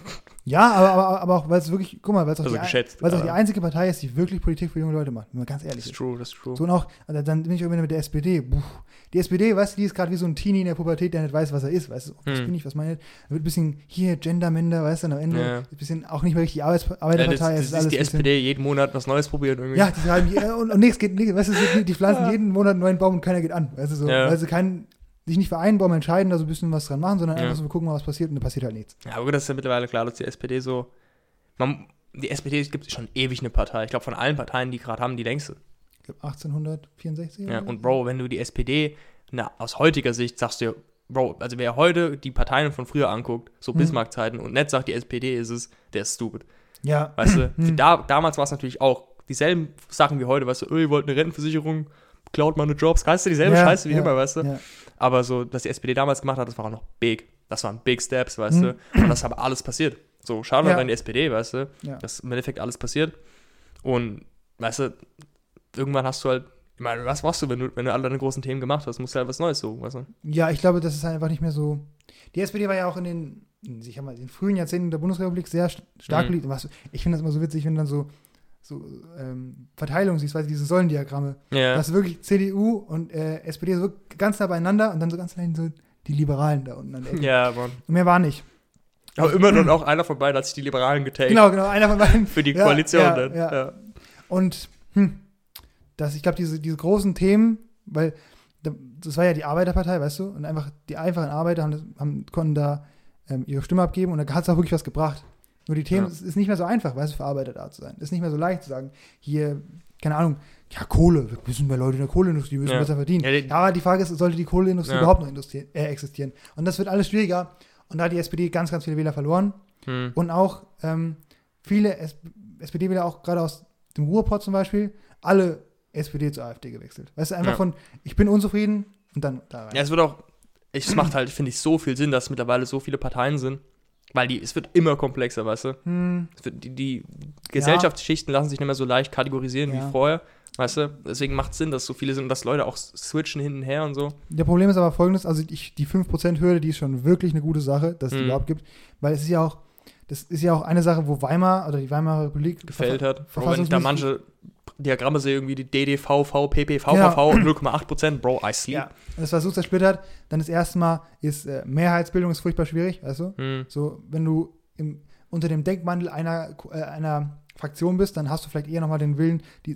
Ja, aber, aber, aber auch, weil es wirklich, guck mal, weil es auch, Also die, ein- geschätzt. weil's auch die ja. einzige Partei ist, die wirklich Politik für junge Leute macht, wenn man ganz ehrlich Das ist ist. true, das ist true. So und auch, also dann bin ich irgendwie mit der S P D. Puh. Die S P D, weißt du, die ist gerade wie so ein Teenie in der Pubertät, der nicht weiß, was er ist, weißt du, oh, das Hm. bin ich, was meine ich. Da wird ein bisschen hier Genderminder, weißt du, und am Ende Ja. ein bisschen auch nicht mehr richtig die Arbeits- Ja, das, Arbeiterpartei. das es ist alles die ein bisschen- S P D jeden Monat was Neues probieren irgendwie. Ja, die schreiben, die, und, und nichts geht, nix, weißt du, die, die pflanzen jeden Monat einen neuen Baum und keiner geht an, weißt du, so, Ja. weil sie keinen, sich nicht für einen Baum entscheiden, da so ein bisschen was dran machen, sondern Ja. einfach so, wir gucken mal, was passiert und da passiert halt nichts. Ja, aber gut, das ist ja mittlerweile klar, dass die S P D so. Man, die S P D gibt es schon ewig eine Partei. Ich glaube, von allen Parteien, die gerade haben, die längste. Ich glaube achtzehnhundertvierundsechzig. Ja, oder und so. Bro, wenn du die S P D, na, aus heutiger Sicht sagst du, Bro, also wer heute die Parteien von früher anguckt, so Hm. Bismarck-Zeiten und nicht sagt, die S P D ist es, der ist stupid. Ja. Weißt du, Hm. da, damals war es natürlich auch dieselben Sachen wie heute, weißt du, oh, ihr wollt eine Rentenversicherung, klaut meine Jobs, weißt du, dieselbe Ja, Scheiße wie ja, immer, weißt du. Ja. Aber so, dass die S P D damals gemacht hat, das war auch noch big. Das waren big steps, weißt Hm. du. Und das ist aber alles passiert. So, schau mal Ja. an die S P D, weißt du. Ja. Das ist im Endeffekt alles passiert. Und, weißt du, irgendwann hast du halt, ich meine, was machst du, wenn du, wenn du alle deine großen Themen gemacht hast? Musst du halt was Neues suchen, weißt du. Ja, ich glaube, das ist einfach nicht mehr so. Die S P D war ja auch in den, in, ich sag mal, in den frühen Jahrzehnten der Bundesrepublik sehr st- stark Mhm. beliebt. Und was- Ich finde das immer so witzig, wenn dann so, so ähm, Verteilung siehst, weißt du, diese Säulendiagramme. Ja. Das ist wirklich C D U und äh, S P D so ganz nah beieinander und dann so ganz allein so die Liberalen da unten an der Ecke. Ja, Mann. Und mehr war nicht. Aber immer noch auch einer von beiden hat sich die Liberalen getaggt. Genau, genau, einer von beiden. Für die Ja, Koalition ja, dann. ja. Ja. Und hm, das, ich glaube, diese, diese großen Themen, weil da- das war ja die Arbeiterpartei, weißt du, und einfach die einfachen Arbeiter haben, das, haben konnten da ähm, ihre Stimme abgeben und da hat es auch wirklich was gebracht. Nur die Themen, Ja. es ist nicht mehr so einfach, weißt du, für Arbeiter da zu sein. Es ist nicht mehr so leicht zu sagen, hier, keine Ahnung, ja, Kohle, wir müssen mehr Leute in der Kohleindustrie, wir müssen Ja. besser verdienen. Ja, Ja, die- aber die Frage ist, sollte die Kohleindustrie Ja. überhaupt noch industri- äh, existieren? Und das wird alles schwieriger. Und da hat die S P D ganz, ganz viele Wähler verloren. Hm. Und auch ähm, viele S- SPD-Wähler, auch gerade aus dem Ruhrpott zum Beispiel, alle S P D zur AfD gewechselt. Weißt du, einfach Ja. von, ich bin unzufrieden und dann da rein. Ja, es wird auch, es macht halt, finde ich, so viel Sinn, dass mittlerweile so viele Parteien sind. Weil die, es wird immer komplexer, weißt du. Hm, Es wird, die, die Gesellschaftsschichten lassen sich nicht mehr so leicht kategorisieren Ja. wie vorher, weißt du. Deswegen macht es Sinn, dass so viele sind und dass Leute auch switchen hin und her und so. der Problem ist aber folgendes, also ich, die fünf Prozent Hürde, die ist schon wirklich eine gute Sache, dass es die Mhm. überhaupt gibt, weil es ist ja auch, das ist ja auch eine Sache, wo Weimar oder die Weimarer Republik Gefällt hat. Bro, wenn ich verfassungsmäßig- da manche Diagramme sehe, irgendwie die D D V, V, P P, V, Ja. V V und null Komma acht Prozent, Bro, I sleep. Ja, und das war so zersplittert, dann das erste Mal ist äh, Mehrheitsbildung ist furchtbar schwierig, weißt du? Hm. So, wenn du im, unter dem Deckmantel einer, äh, einer Fraktion bist, dann hast du vielleicht eher nochmal den Willen, die,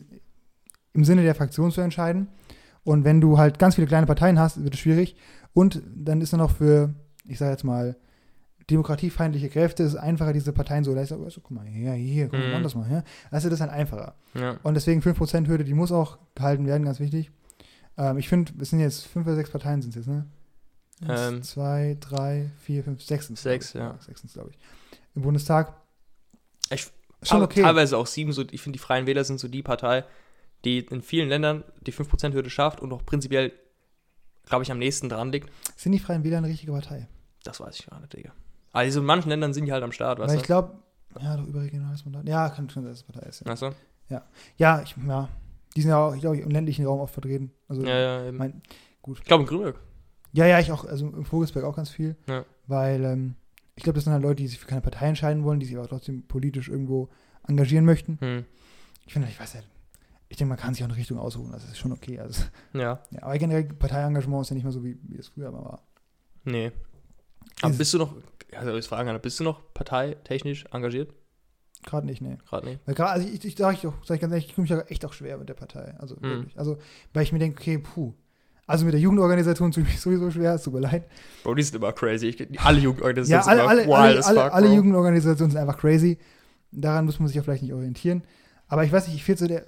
im Sinne der Fraktion zu entscheiden. Und wenn du halt ganz viele kleine Parteien hast, wird es schwierig. Und dann ist dann auch für, ich sage jetzt mal, demokratiefeindliche Kräfte ist es einfacher, diese Parteien so, da ist so, guck mal, hier, hier, guck mal, Mhm. mach das mal, ja. Also das ist halt einfacher. Ja. Und deswegen fünf Prozent Hürde, die muss auch gehalten werden, ganz wichtig. Ähm, ich finde, es sind jetzt fünf oder sechs Parteien sind es jetzt, ne? Ähm, zwei, drei, vier, fünf, sechs. Sechs, ja. Sechs, glaube ich. Im Bundestag. Ich, Schon okay. Teilweise auch sieben. So, ich finde, die Freien Wähler sind so die Partei, die in vielen Ländern die fünf Prozent Hürde schafft und auch prinzipiell, glaube ich, am nächsten dran liegt. Sind die Freien Wähler eine richtige Partei? Das weiß ich gar nicht, Digga. Also in manchen Ländern sind die halt am Start, weißt Weil du? ich glaube, ja, doch überregionales Mandat. Ja, kann schon sein, dass es Partei ist. Ja, Weißt du? ja, ich, ja. Die sind ja auch, ich glaube, im ländlichen Raum oft vertreten. Also, Ja, ja, eben. mein, gut. Ich glaube in Grünberg. Ja, ja, ich auch, also im Vogelsberg auch ganz viel. Ja. Weil, ähm, ich glaube, das sind halt Leute, die sich für keine Partei entscheiden wollen, die sich aber trotzdem politisch irgendwo engagieren möchten. Hm. Ich finde, ich weiß ja, ich denke, man kann sich auch eine Richtung aussuchen, das ist schon okay. Also, Ja. ja, aber generell, Parteiengagement ist ja nicht mehr so, wie, wie es früher mal war. Nee. Aber Ist- bist du noch, also ich frage an, bist du noch parteitechnisch engagiert? Gerade nicht, nee. Gerade nicht. Weil gerade, also ich, ich sage ich auch, sag ich ganz ehrlich, ich fühle mich ja echt auch schwer mit der Partei. Also Mhm. wirklich. Also, weil ich mir denke, okay, puh. Also mit der Jugendorganisation tue ich mich sowieso schwer, es tut mir leid. Bro, die sind immer crazy. Ich, die, alle Ja, Jugendorganisationen alle, sind alle, immer wild alle, as alle, fuck, alle Bro. Jugendorganisationen sind einfach crazy. Daran muss man sich ja vielleicht nicht orientieren. Aber ich weiß nicht, ich finde so der.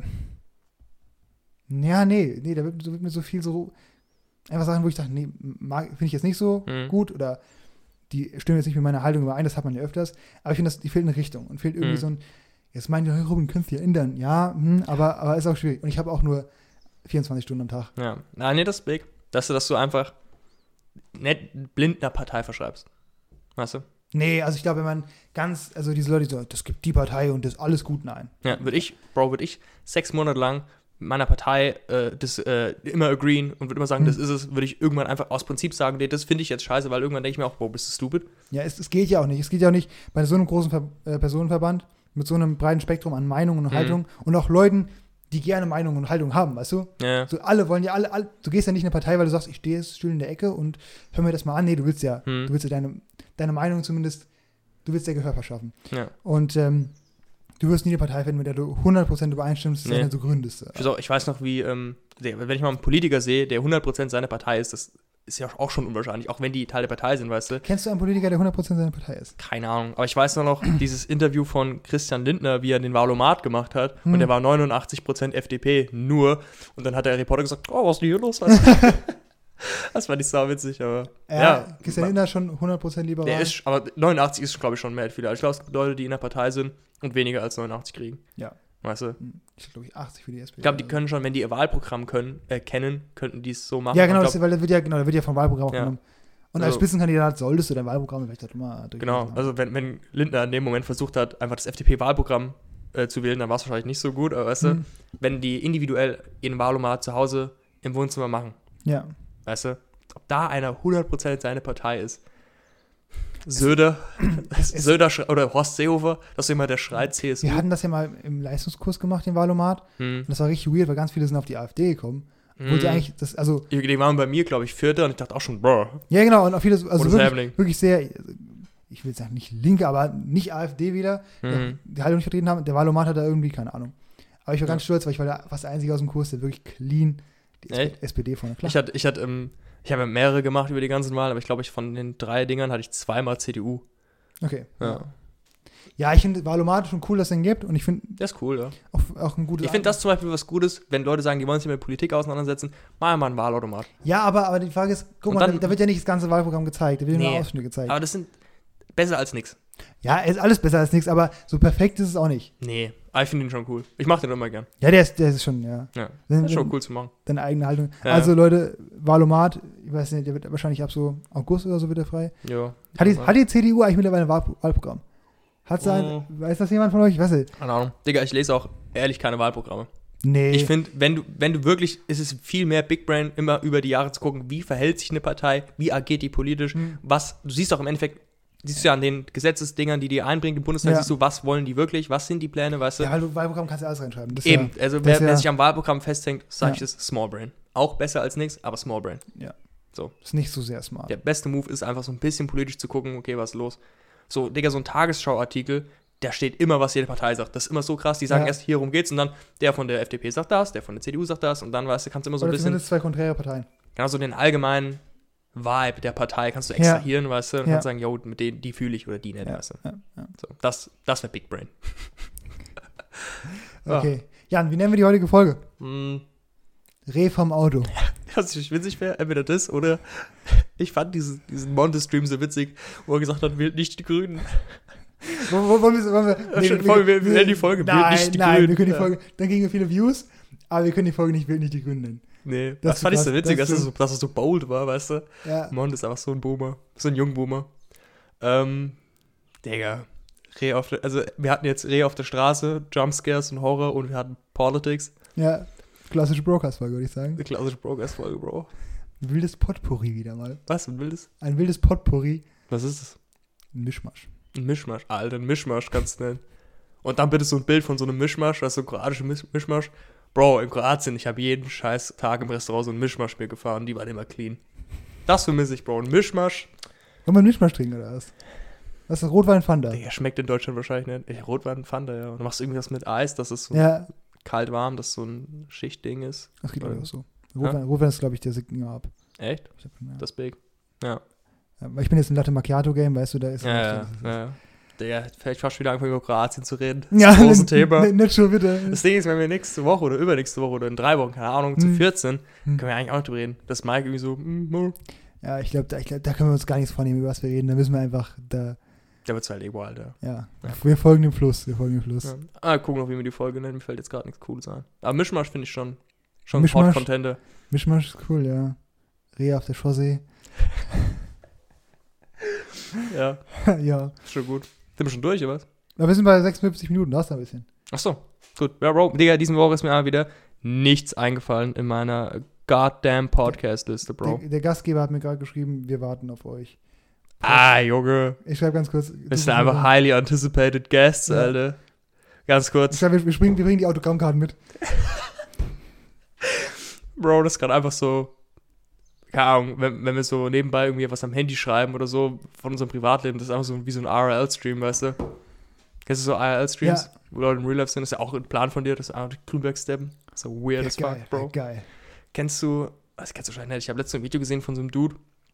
Ja, nee, nee, da wird, so wird mir so viel so. Einfach Sachen, wo ich dachte, nee, mag- finde ich jetzt nicht so Mhm. gut oder die stimmen jetzt nicht mit meiner Haltung überein, das hat man ja öfters. Aber ich finde, das- die fehlt eine Richtung und fehlt irgendwie Mhm. so ein. Jetzt meinen die, hey, Robin, könntest du ja ändern. Ja, hm, aber, aber ist auch schwierig. Und ich habe auch nur vierundzwanzig Stunden am Tag. Ja. Nein, nee, das ist big. Dass du, dass du einfach nicht blind einer Partei verschreibst. Weißt du? Nee, also ich glaube, wenn man ganz, also diese Leute, die so, das gibt die Partei und das ist alles gut, nein. Ja, würde ich, Bro, würde ich sechs Monate lang mit meiner Partei äh, das äh, immer agreeen und würde immer sagen, Mhm. das ist es, würde ich irgendwann einfach aus Prinzip sagen, nee, das finde ich jetzt scheiße, weil irgendwann denke ich mir auch, Bro, bist du stupid? Ja, es, es geht ja auch nicht. Es geht ja auch nicht bei so einem großen Ver äh, Personenverband mit so einem breiten Spektrum an Meinungen und Mhm. Haltungen und auch Leuten, die gerne Meinungen und Haltungen haben, weißt du? Ja, So alle wollen ja alle, alle, du gehst ja nicht in eine Partei, weil du sagst, ich stehe jetzt still in der Ecke und hör mir das mal an. Nee, du willst ja, Mhm. du willst ja deine, deine Meinung zumindest, du willst ja Gehör verschaffen. ja. Und ähm, du wirst nie eine Partei finden, mit der du hundert Prozent übereinstimmst, Nee. sondern du gründest. Ich weiß, auch, ich weiß noch, wie, ähm, der, wenn ich mal einen Politiker sehe, der hundert Prozent seine Partei ist, das ist ja auch schon unwahrscheinlich, auch wenn die Teil der Partei sind, weißt du? Kennst du einen Politiker, der hundert Prozent seine Partei ist? Keine Ahnung. Aber ich weiß nur noch, dieses Interview von Christian Lindner, wie er den Wahlomat gemacht hat. Hm. Und der war neunundachtzig Prozent F D P, nur. Und dann hat der Reporter gesagt, oh, was ist denn hier los? Weißt du? Das fand ich sau witzig, aber Ja, ja. Christian Lindner ist schon hundert Prozent liberal. Der ist, aber neunundachtzig ist, glaube ich, schon mehr viele. Ich glaube, es gibt Leute, die in der Partei sind und weniger als neunundachtzig kriegen. Ja. Weißt du? Hm, Ich glaube, ich achtzig für die S P D. Ich glaube, die können schon, wenn die ihr Wahlprogramm können, äh, kennen, könnten die es so machen. Ja, genau, Und das, glaub, weil da wird ja, genau, da wird ja vom Wahlprogramm auch Ja. genommen. Und als Also- Spitzenkandidat solltest du dein Wahlprogramm vielleicht halt immer durch. genau. Also, wenn, wenn Lindner in dem Moment versucht hat, einfach das F D P-Wahlprogramm äh, zu wählen, dann war es wahrscheinlich nicht so gut. Aber weißt du, Hm. wenn die individuell ihren Wahlomat zu Hause im Wohnzimmer machen, Ja. weißt du, ob da einer hundert Prozent seine Partei ist. Söder, Es, es, Söder schrei- oder Horst Seehofer, das ist immer der schreit C S U. wir hatten das ja mal im Leistungskurs gemacht, den Wahlomat. Hm. Und das war richtig weird, weil ganz viele sind auf die AfD gekommen. Wo Hm. die eigentlich, das, also, Die die waren bei mir, glaube ich, Vierter und ich dachte auch schon, bro, ja genau, und auch viele, also what is wirklich, happening? wirklich sehr, ich will sagen, nicht Linke, aber nicht AfD wieder, Hm. die Haltung nicht vertreten haben. Der Wahlomat hat da irgendwie, keine Ahnung. Aber ich war ganz Ja. stolz, weil ich war der, fast der Einzige aus dem Kurs, der wirklich clean die Echt? S P D vorne, klar. Ich hatte, ich hatte, ähm, ich habe mehrere gemacht über die ganzen Wahlen, aber ich glaube, ich von den drei Dingern hatte ich zweimal C D U. Okay. Ja. Ja, ich finde Wahlomat schon cool, dass es den gibt und ich finde Das ist cool, ja. auch, auch ein gutes. Ich finde das zum Beispiel was Gutes, wenn Leute sagen, die wollen sich mit Politik auseinandersetzen, mal mal einen Wahlautomat. Ja, aber, aber die Frage ist, guck Und mal, dann- da, da wird ja nicht das ganze Wahlprogramm gezeigt, da wird Nee. nur Ausschnitte gezeigt. Aber das sind besser als nix. Ja, ist alles besser als nichts, aber so perfekt ist es auch nicht. Nee, aber ich finde ihn schon cool. Ich mache den immer gern. Ja, der ist, der ist schon, ja. Ja, Wenn- das ist schon wenn- cool zu machen. Deine eigene Haltung. Ja. Also Leute, Wahlomat, ich weiß nicht, der wird wahrscheinlich ab so August oder so wird er frei. Ja. Hat die, hat die C D U eigentlich mittlerweile ein Wahl, Wahlprogramm? Hat sie ein, Mm. weiß das jemand von euch? Ich weiß nicht. Keine Ahnung. Digga, ich lese auch ehrlich keine Wahlprogramme. Nee. Ich finde, wenn du, wenn du wirklich, ist es viel mehr Big Brain, immer über die Jahre zu gucken, wie verhält sich eine Partei, wie agiert die politisch, Hm. was, du siehst auch im Endeffekt, siehst du ja an den Gesetzesdingern, die die einbringt im Bundestag, Ja. siehst du, was wollen die wirklich, was sind die Pläne, weißt du? Ja, weil du Wahlprogramm kannst du alles reinschreiben. Das ist Eben, also das wer, ist ja- wer sich am Wahlprogramm festhängt, sage ich Ja. es, Small Brain. Auch besser als nichts, aber Small Brain. Ja. So. Ist nicht so sehr smart. Der beste Move ist einfach so ein bisschen politisch zu gucken, okay, was ist los? So, Digga, so ein Tagesschau-Artikel, da steht immer, was jede Partei sagt. Das ist immer so krass. Die sagen Ja. erst, hierum geht's, und dann der von der F D P sagt das, der von der C D U sagt das, und dann, weißt du, kannst du immer so ein Oder bisschen, zumindest zwei konträre Parteien. genau so den allgemeinen Vibe der Partei kannst du extrahieren, weißt du, und Ja. kannst sagen, yo, mit denen, die fühle ich oder die nicht, Ja. weißt du. Ja, ja. So, das das wäre Big Brain. Ja. Okay. Jan, wie nennen wir die heutige Folge? Hm, Reh vom Auto. was ich witzig wäre, entweder das oder Ich fand diesen, diesen Monte-Stream so witzig, wo er gesagt hat, wählt nicht die Grünen. Wollen wir, wollen wir, wollen wir, nee, wir, wir, wir werden die Folge, nein, wählt nicht die nein, Grünen. wir können die Ja. Folge, dann kriegen wir viele Views, aber wir können die Folge nicht, wählt nicht die Grünen nennen. Nee, Das das, fand ich so krass, witzig, das dass ist es so, dass es so bold war, weißt du? Ja. Mond ist einfach so ein Boomer, so ein Jungboomer. Ähm, Digga, Reh auf der, also wir hatten jetzt Reh auf der Straße, Jumpscares und Horror und wir hatten Politics. Ja, klassische Brokers-Folge, würde ich sagen. Eine klassische Progress-Folge, Bro. Ein wildes Potpourri wieder mal. Was, ein wildes? Ein wildes Potpourri. Was ist das? Ein Mischmasch. Ein Mischmasch, Alter, ein Mischmasch, kannst du nennen. Und dann bitte so ein Bild von so einem Mischmasch, also ein kroatischer Misch- Mischmasch. Bro, in Kroatien, ich habe jeden scheiß Tag im Restaurant so einen Mischmasch mir gefahren, die waren immer clean. Das vermisse ich, Bro, ein Mischmasch. Wollen wir einen Mischmasch trinken, oder was? Was ist Rotwein Fanta? Der schmeckt in Deutschland wahrscheinlich nicht. Ja, Rotwein, Fanta, ja. Und du machst irgendwas mit Eis, dass es so Ja, kalt-warm, dass so ein Schichtding ist. das geht Oder- auch so. Rotwein, Rotwein ist, glaube ich, der Signer ab. Echt? Ich, hab, ja. Das Big. Ja. Ja, weil ich bin jetzt ein Latte Macchiato-Game, weißt du, da ist... Ja, ja, ja. Der hat vielleicht fast wieder angefangen, über Kroatien zu reden. Das Ja, ist ein großes n- Thema. n- Nicht schon bitte. Das Ding ist, wenn wir nächste Woche oder übernächste Woche oder in drei Wochen, keine Ahnung, zu Hm. vierzehn, Hm. können wir eigentlich auch nicht drüber reden. Dass Mike irgendwie so, mm, mm. Ja, ich glaube, da, ich glaub, da können wir uns gar nichts vornehmen, über was wir reden. Da müssen wir einfach, da, Der wird halt ego, Alter. ja. Ja. Wir folgen dem Fluss, wir folgen dem Fluss. Ja. Ah, gucken noch, wie wir die Folge nennen. Mir fällt jetzt gerade nichts Cooles ein. Aber Mischmasch finde ich schon, schon Mischmasch? Hot Contender. Mischmasch ist cool, ja. Rehe auf der Chaussee. Ja, Ja. ist schon gut. Sind wir schon durch, oder was? Aber wir sind bei sechsundfünfzig Minuten, da hast du ein bisschen. Ach so, gut. Ja, Bro, Digga, diese Woche ist mir aber wieder nichts eingefallen in meiner goddamn Podcast-Liste, Bro. Der, der Gastgeber hat mir gerade geschrieben, wir warten auf euch. Ah, Junge. Ich schreibe ganz kurz. Das sind einfach highly anticipated guests, Ja. Alter. Ganz Ich kurz. schreibe, wir, wir, springen, wir bringen die Autogrammkarten mit. Bro, das ist gerade einfach so, keine Ahnung, wenn, wenn wir so nebenbei irgendwie was am Handy schreiben oder so von unserem Privatleben, das ist einfach so wie so ein I R L-Stream, weißt du? Kennst du so I R L-Streams, Ja. wo Leute in Real Life sind? Das ist ja auch ein Plan von dir, das ist einfach die Grünberg steppen. So weird as geil, fuck, Bro. geil. Kennst du, das kennst du wahrscheinlich nicht, ich habe letztens ein Video gesehen von so einem Dude,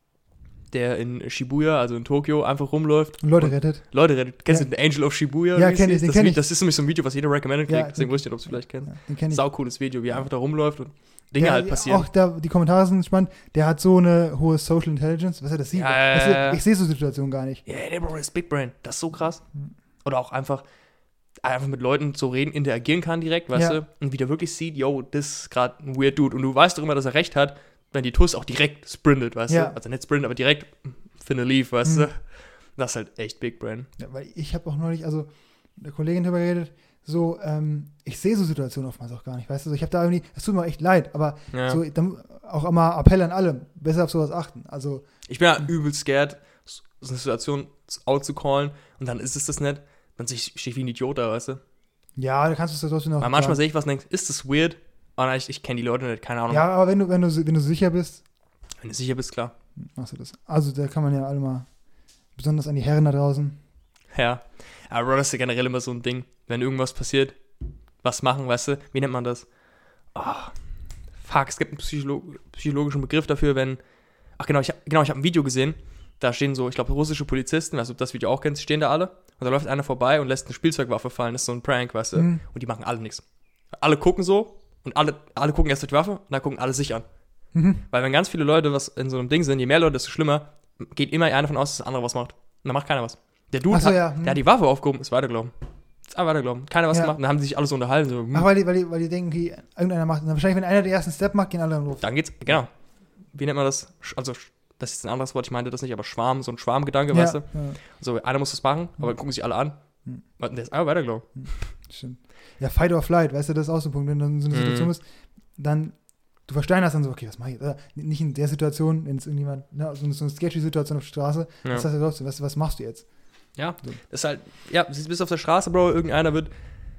der in Shibuya, also in Tokio, einfach rumläuft. Und Leute rettet. Leute rettet. Kennst Ja. du den Angel of Shibuya? Ja, wie es kenn ich, hieß? den das, kenn Vi- ich. das ist nämlich so ein Video, was jeder recommended Ja, kriegt, deswegen den- wusste ich nicht, ob du es vielleicht kennst. Ja, den kenn ich. Sau cooles Video, wie er einfach da rumläuft und Dinge Ja, halt passieren. Auch da, die Kommentare sind spannend. Der hat so eine hohe Social Intelligence. Was er das sieht. Ja, ja, weißt du, ja, ja. Ich sehe so Situationen gar nicht. Ja, yeah, Bro, das ist Big Brain. Das ist so krass. Mhm. Oder auch einfach, einfach mit Leuten zu reden, interagieren kann direkt, weißt Ja. du? Und wieder wirklich sieht, yo, das ist gerade ein weird Dude. Und du weißt doch immer, dass er recht hat, wenn die Tuss auch direkt sprintet, weißt Ja. du? Also nicht sprintet, aber direkt finna leave, weißt Mhm. du? Das ist halt echt Big Brain. Ja, weil ich habe auch neulich, also mit der Kollegin darüber geredet, so, ähm, ich sehe so Situationen oftmals auch gar nicht, weißt du? So, ich habe da irgendwie, es tut mir echt leid, aber Ja. so, dann auch immer Appell an alle, besser auf sowas achten. Also, Ich bin ja übel scared, so eine Situation out zu callen und dann ist es das nicht. Dann sehe ich, stehe ich wie ein Idiot da, weißt du? ja, da kannst du es trotzdem noch. Weil manchmal sehe ich was und denke, ist das weird? Aber ich, ich kenne die Leute nicht, keine Ahnung. Ja, aber wenn du, wenn du, wenn du sicher bist, Wenn du sicher bist, klar. machst du das. Also, da kann man ja alle mal, besonders an die Herren da draußen. Ja. Aber Bro, das ist ja generell immer so ein Ding. Wenn irgendwas passiert, was machen, weißt du? Wie nennt man das? Oh, fuck, es gibt einen Psycholo- psychologischen Begriff dafür, wenn. Ach genau, ich, hab- genau, ich habe ein Video gesehen. Da stehen so, ich glaube, russische Polizisten, weißt du, ob du das Video auch kennst, stehen da alle. Und da läuft einer vorbei und lässt eine Spielzeugwaffe fallen. Das ist so ein Prank, weißt du? Mhm. Und die machen alle nichts. Alle gucken so und alle, alle gucken erst durch die Waffe und dann gucken alle sich an. Mhm. Weil wenn ganz viele Leute was in so einem Ding sind, je mehr Leute, desto schlimmer, geht immer einer davon aus, dass der andere was macht. Und dann macht keiner was. Der Dude Ach so, hat, ja, hm. der hat die Waffe aufgehoben, ist weitergelaufen. Ist einfach weitergelaufen. Keiner was Ja. gemacht und dann haben die sich alle so unterhalten. So, hm. Ach, weil die, weil, die, weil die denken, okay, irgendeiner macht. Und dann wahrscheinlich, wenn einer den ersten Step macht, gehen alle dann los. Dann geht's, genau. Wie nennt man das? Sch- Also, sch- das ist ein anderes Wort, ich meinte das nicht, aber Schwarm, so ein Schwarmgedanke, Ja, weißt du? ja, So, einer muss das machen, aber dann gucken sich alle an. Hm. Und der ist einfach weitergelaufen. stimmt. Ja, Fight or Flight, weißt du, das ist auch so ein Punkt. Wenn du in so einer Mhm. Situation bist, dann, du versteinerst dann so, okay, was mach ich jetzt? Oder nicht in der Situation, wenn es irgendjemand, ne, so eine, so eine sketchy Situation auf der Straße, Ja. was heißt das, was, was machst du jetzt? Ja, So. das ist halt, ja, du bist auf der Straße, Bro, irgendeiner wird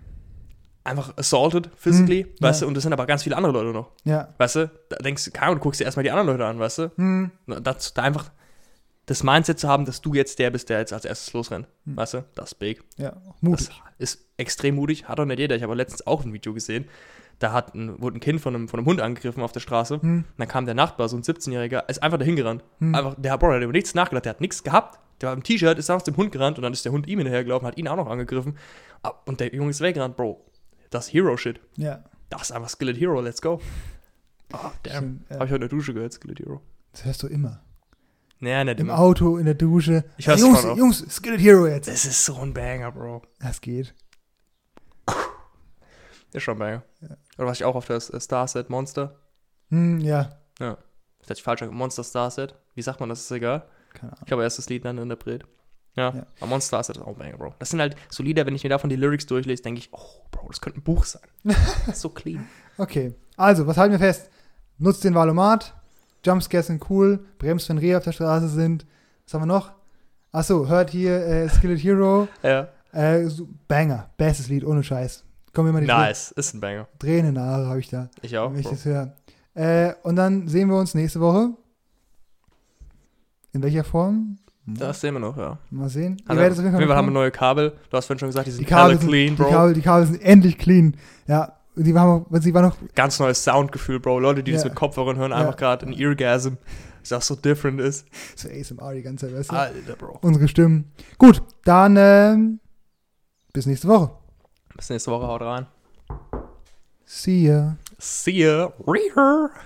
einfach assaulted, physically, Hm, weißt ja. du, und das sind aber ganz viele andere Leute noch, Ja. weißt du, da denkst du, keine Ahnung, du guckst dir erstmal die anderen Leute an, weißt du, Hm. das, da einfach das Mindset zu haben, dass du jetzt der bist, der jetzt als erstes losrennt, Hm. weißt du, das ist big. Ja, mutig. Das ist extrem mutig, hat auch nicht jeder, ich habe aber letztens auch ein Video gesehen, da hat ein, wurde ein Kind von einem, von einem Hund angegriffen auf der Straße, Hm. und dann kam der Nachbar, so ein siebzehnjähriger, ist einfach dahin gerannt, Hm. einfach, der, Bro, der hat über nichts nachgedacht, der hat nichts gehabt, der war im T-Shirt, ist einfach dem Hund gerannt und dann ist der Hund ihm hinterhergelaufen, hat ihn auch noch angegriffen Ah, und der Junge ist weggerannt, Bro, das ist Hero-Shit, Ja. das ist einfach Skillet Hero, let's go. Oh, damn, Stimmt, ja. habe ich heute in der Dusche gehört, Skillet Hero. Das hörst du immer. Naja, nicht Im immer. Auto, in der Dusche. Ich hör's Jungs, schon auf. Jungs, Skillet Hero jetzt. Das ist so ein Banger, Bro. Das geht. Ist schon ein Banger. Ja. Oder was ich auch oft höre, ist äh, Starset Monster. Hm, ja, Ja. Das hat ich falsch gesagt. Monster Starset. Wie sagt man das? Ist egal. keine Ahnung. Ich habe erst das Lied dann interpretiert. Ja, Ja. aber Monster Starset ist auch ein Banger, Bro. Das sind halt so Lieder, wenn ich mir davon die Lyrics durchlese, denke ich, oh, Bro, das könnte ein Buch sein. Das ist so clean. Okay, also, was halten wir fest? Nutzt den Valomat. Jumpscares sind cool. Bremst, wenn Rehe auf der Straße sind. Was haben wir noch? Achso, hört hier äh, Skillet Hero. Ja. Äh, so, Banger. Bestes Lied, ohne Scheiß. Kommen wir mal die Nice. Ist ein Banger. Tränen in den Haare habe ich da, Ich auch, wenn ich Bro. das höre. Äh, und dann sehen wir uns nächste Woche. In welcher Form? Das sehen wir noch, ja. Mal sehen. Also, Ihr werdet es auf jeden auf jeden Fall haben wir bekommen. neue Kabel. Du hast vorhin schon gesagt, die sind die Kabel hella sind, clean, die, Bro. Kabel, die Kabel sind endlich clean. Ja, und die waren, sie waren noch, Ganz neues Soundgefühl, Bro. Leute, die das Ja. mit Kopfhörern hören, Ja. einfach gerade ein Eargasm. Das auch so different ist. so A S M R die ganze Zeit, weißt du? Alter, Bro. Unsere Stimmen. Gut, dann ähm, bis nächste Woche. Bis nächste Woche, haut rein. See ya. See ya. Reader.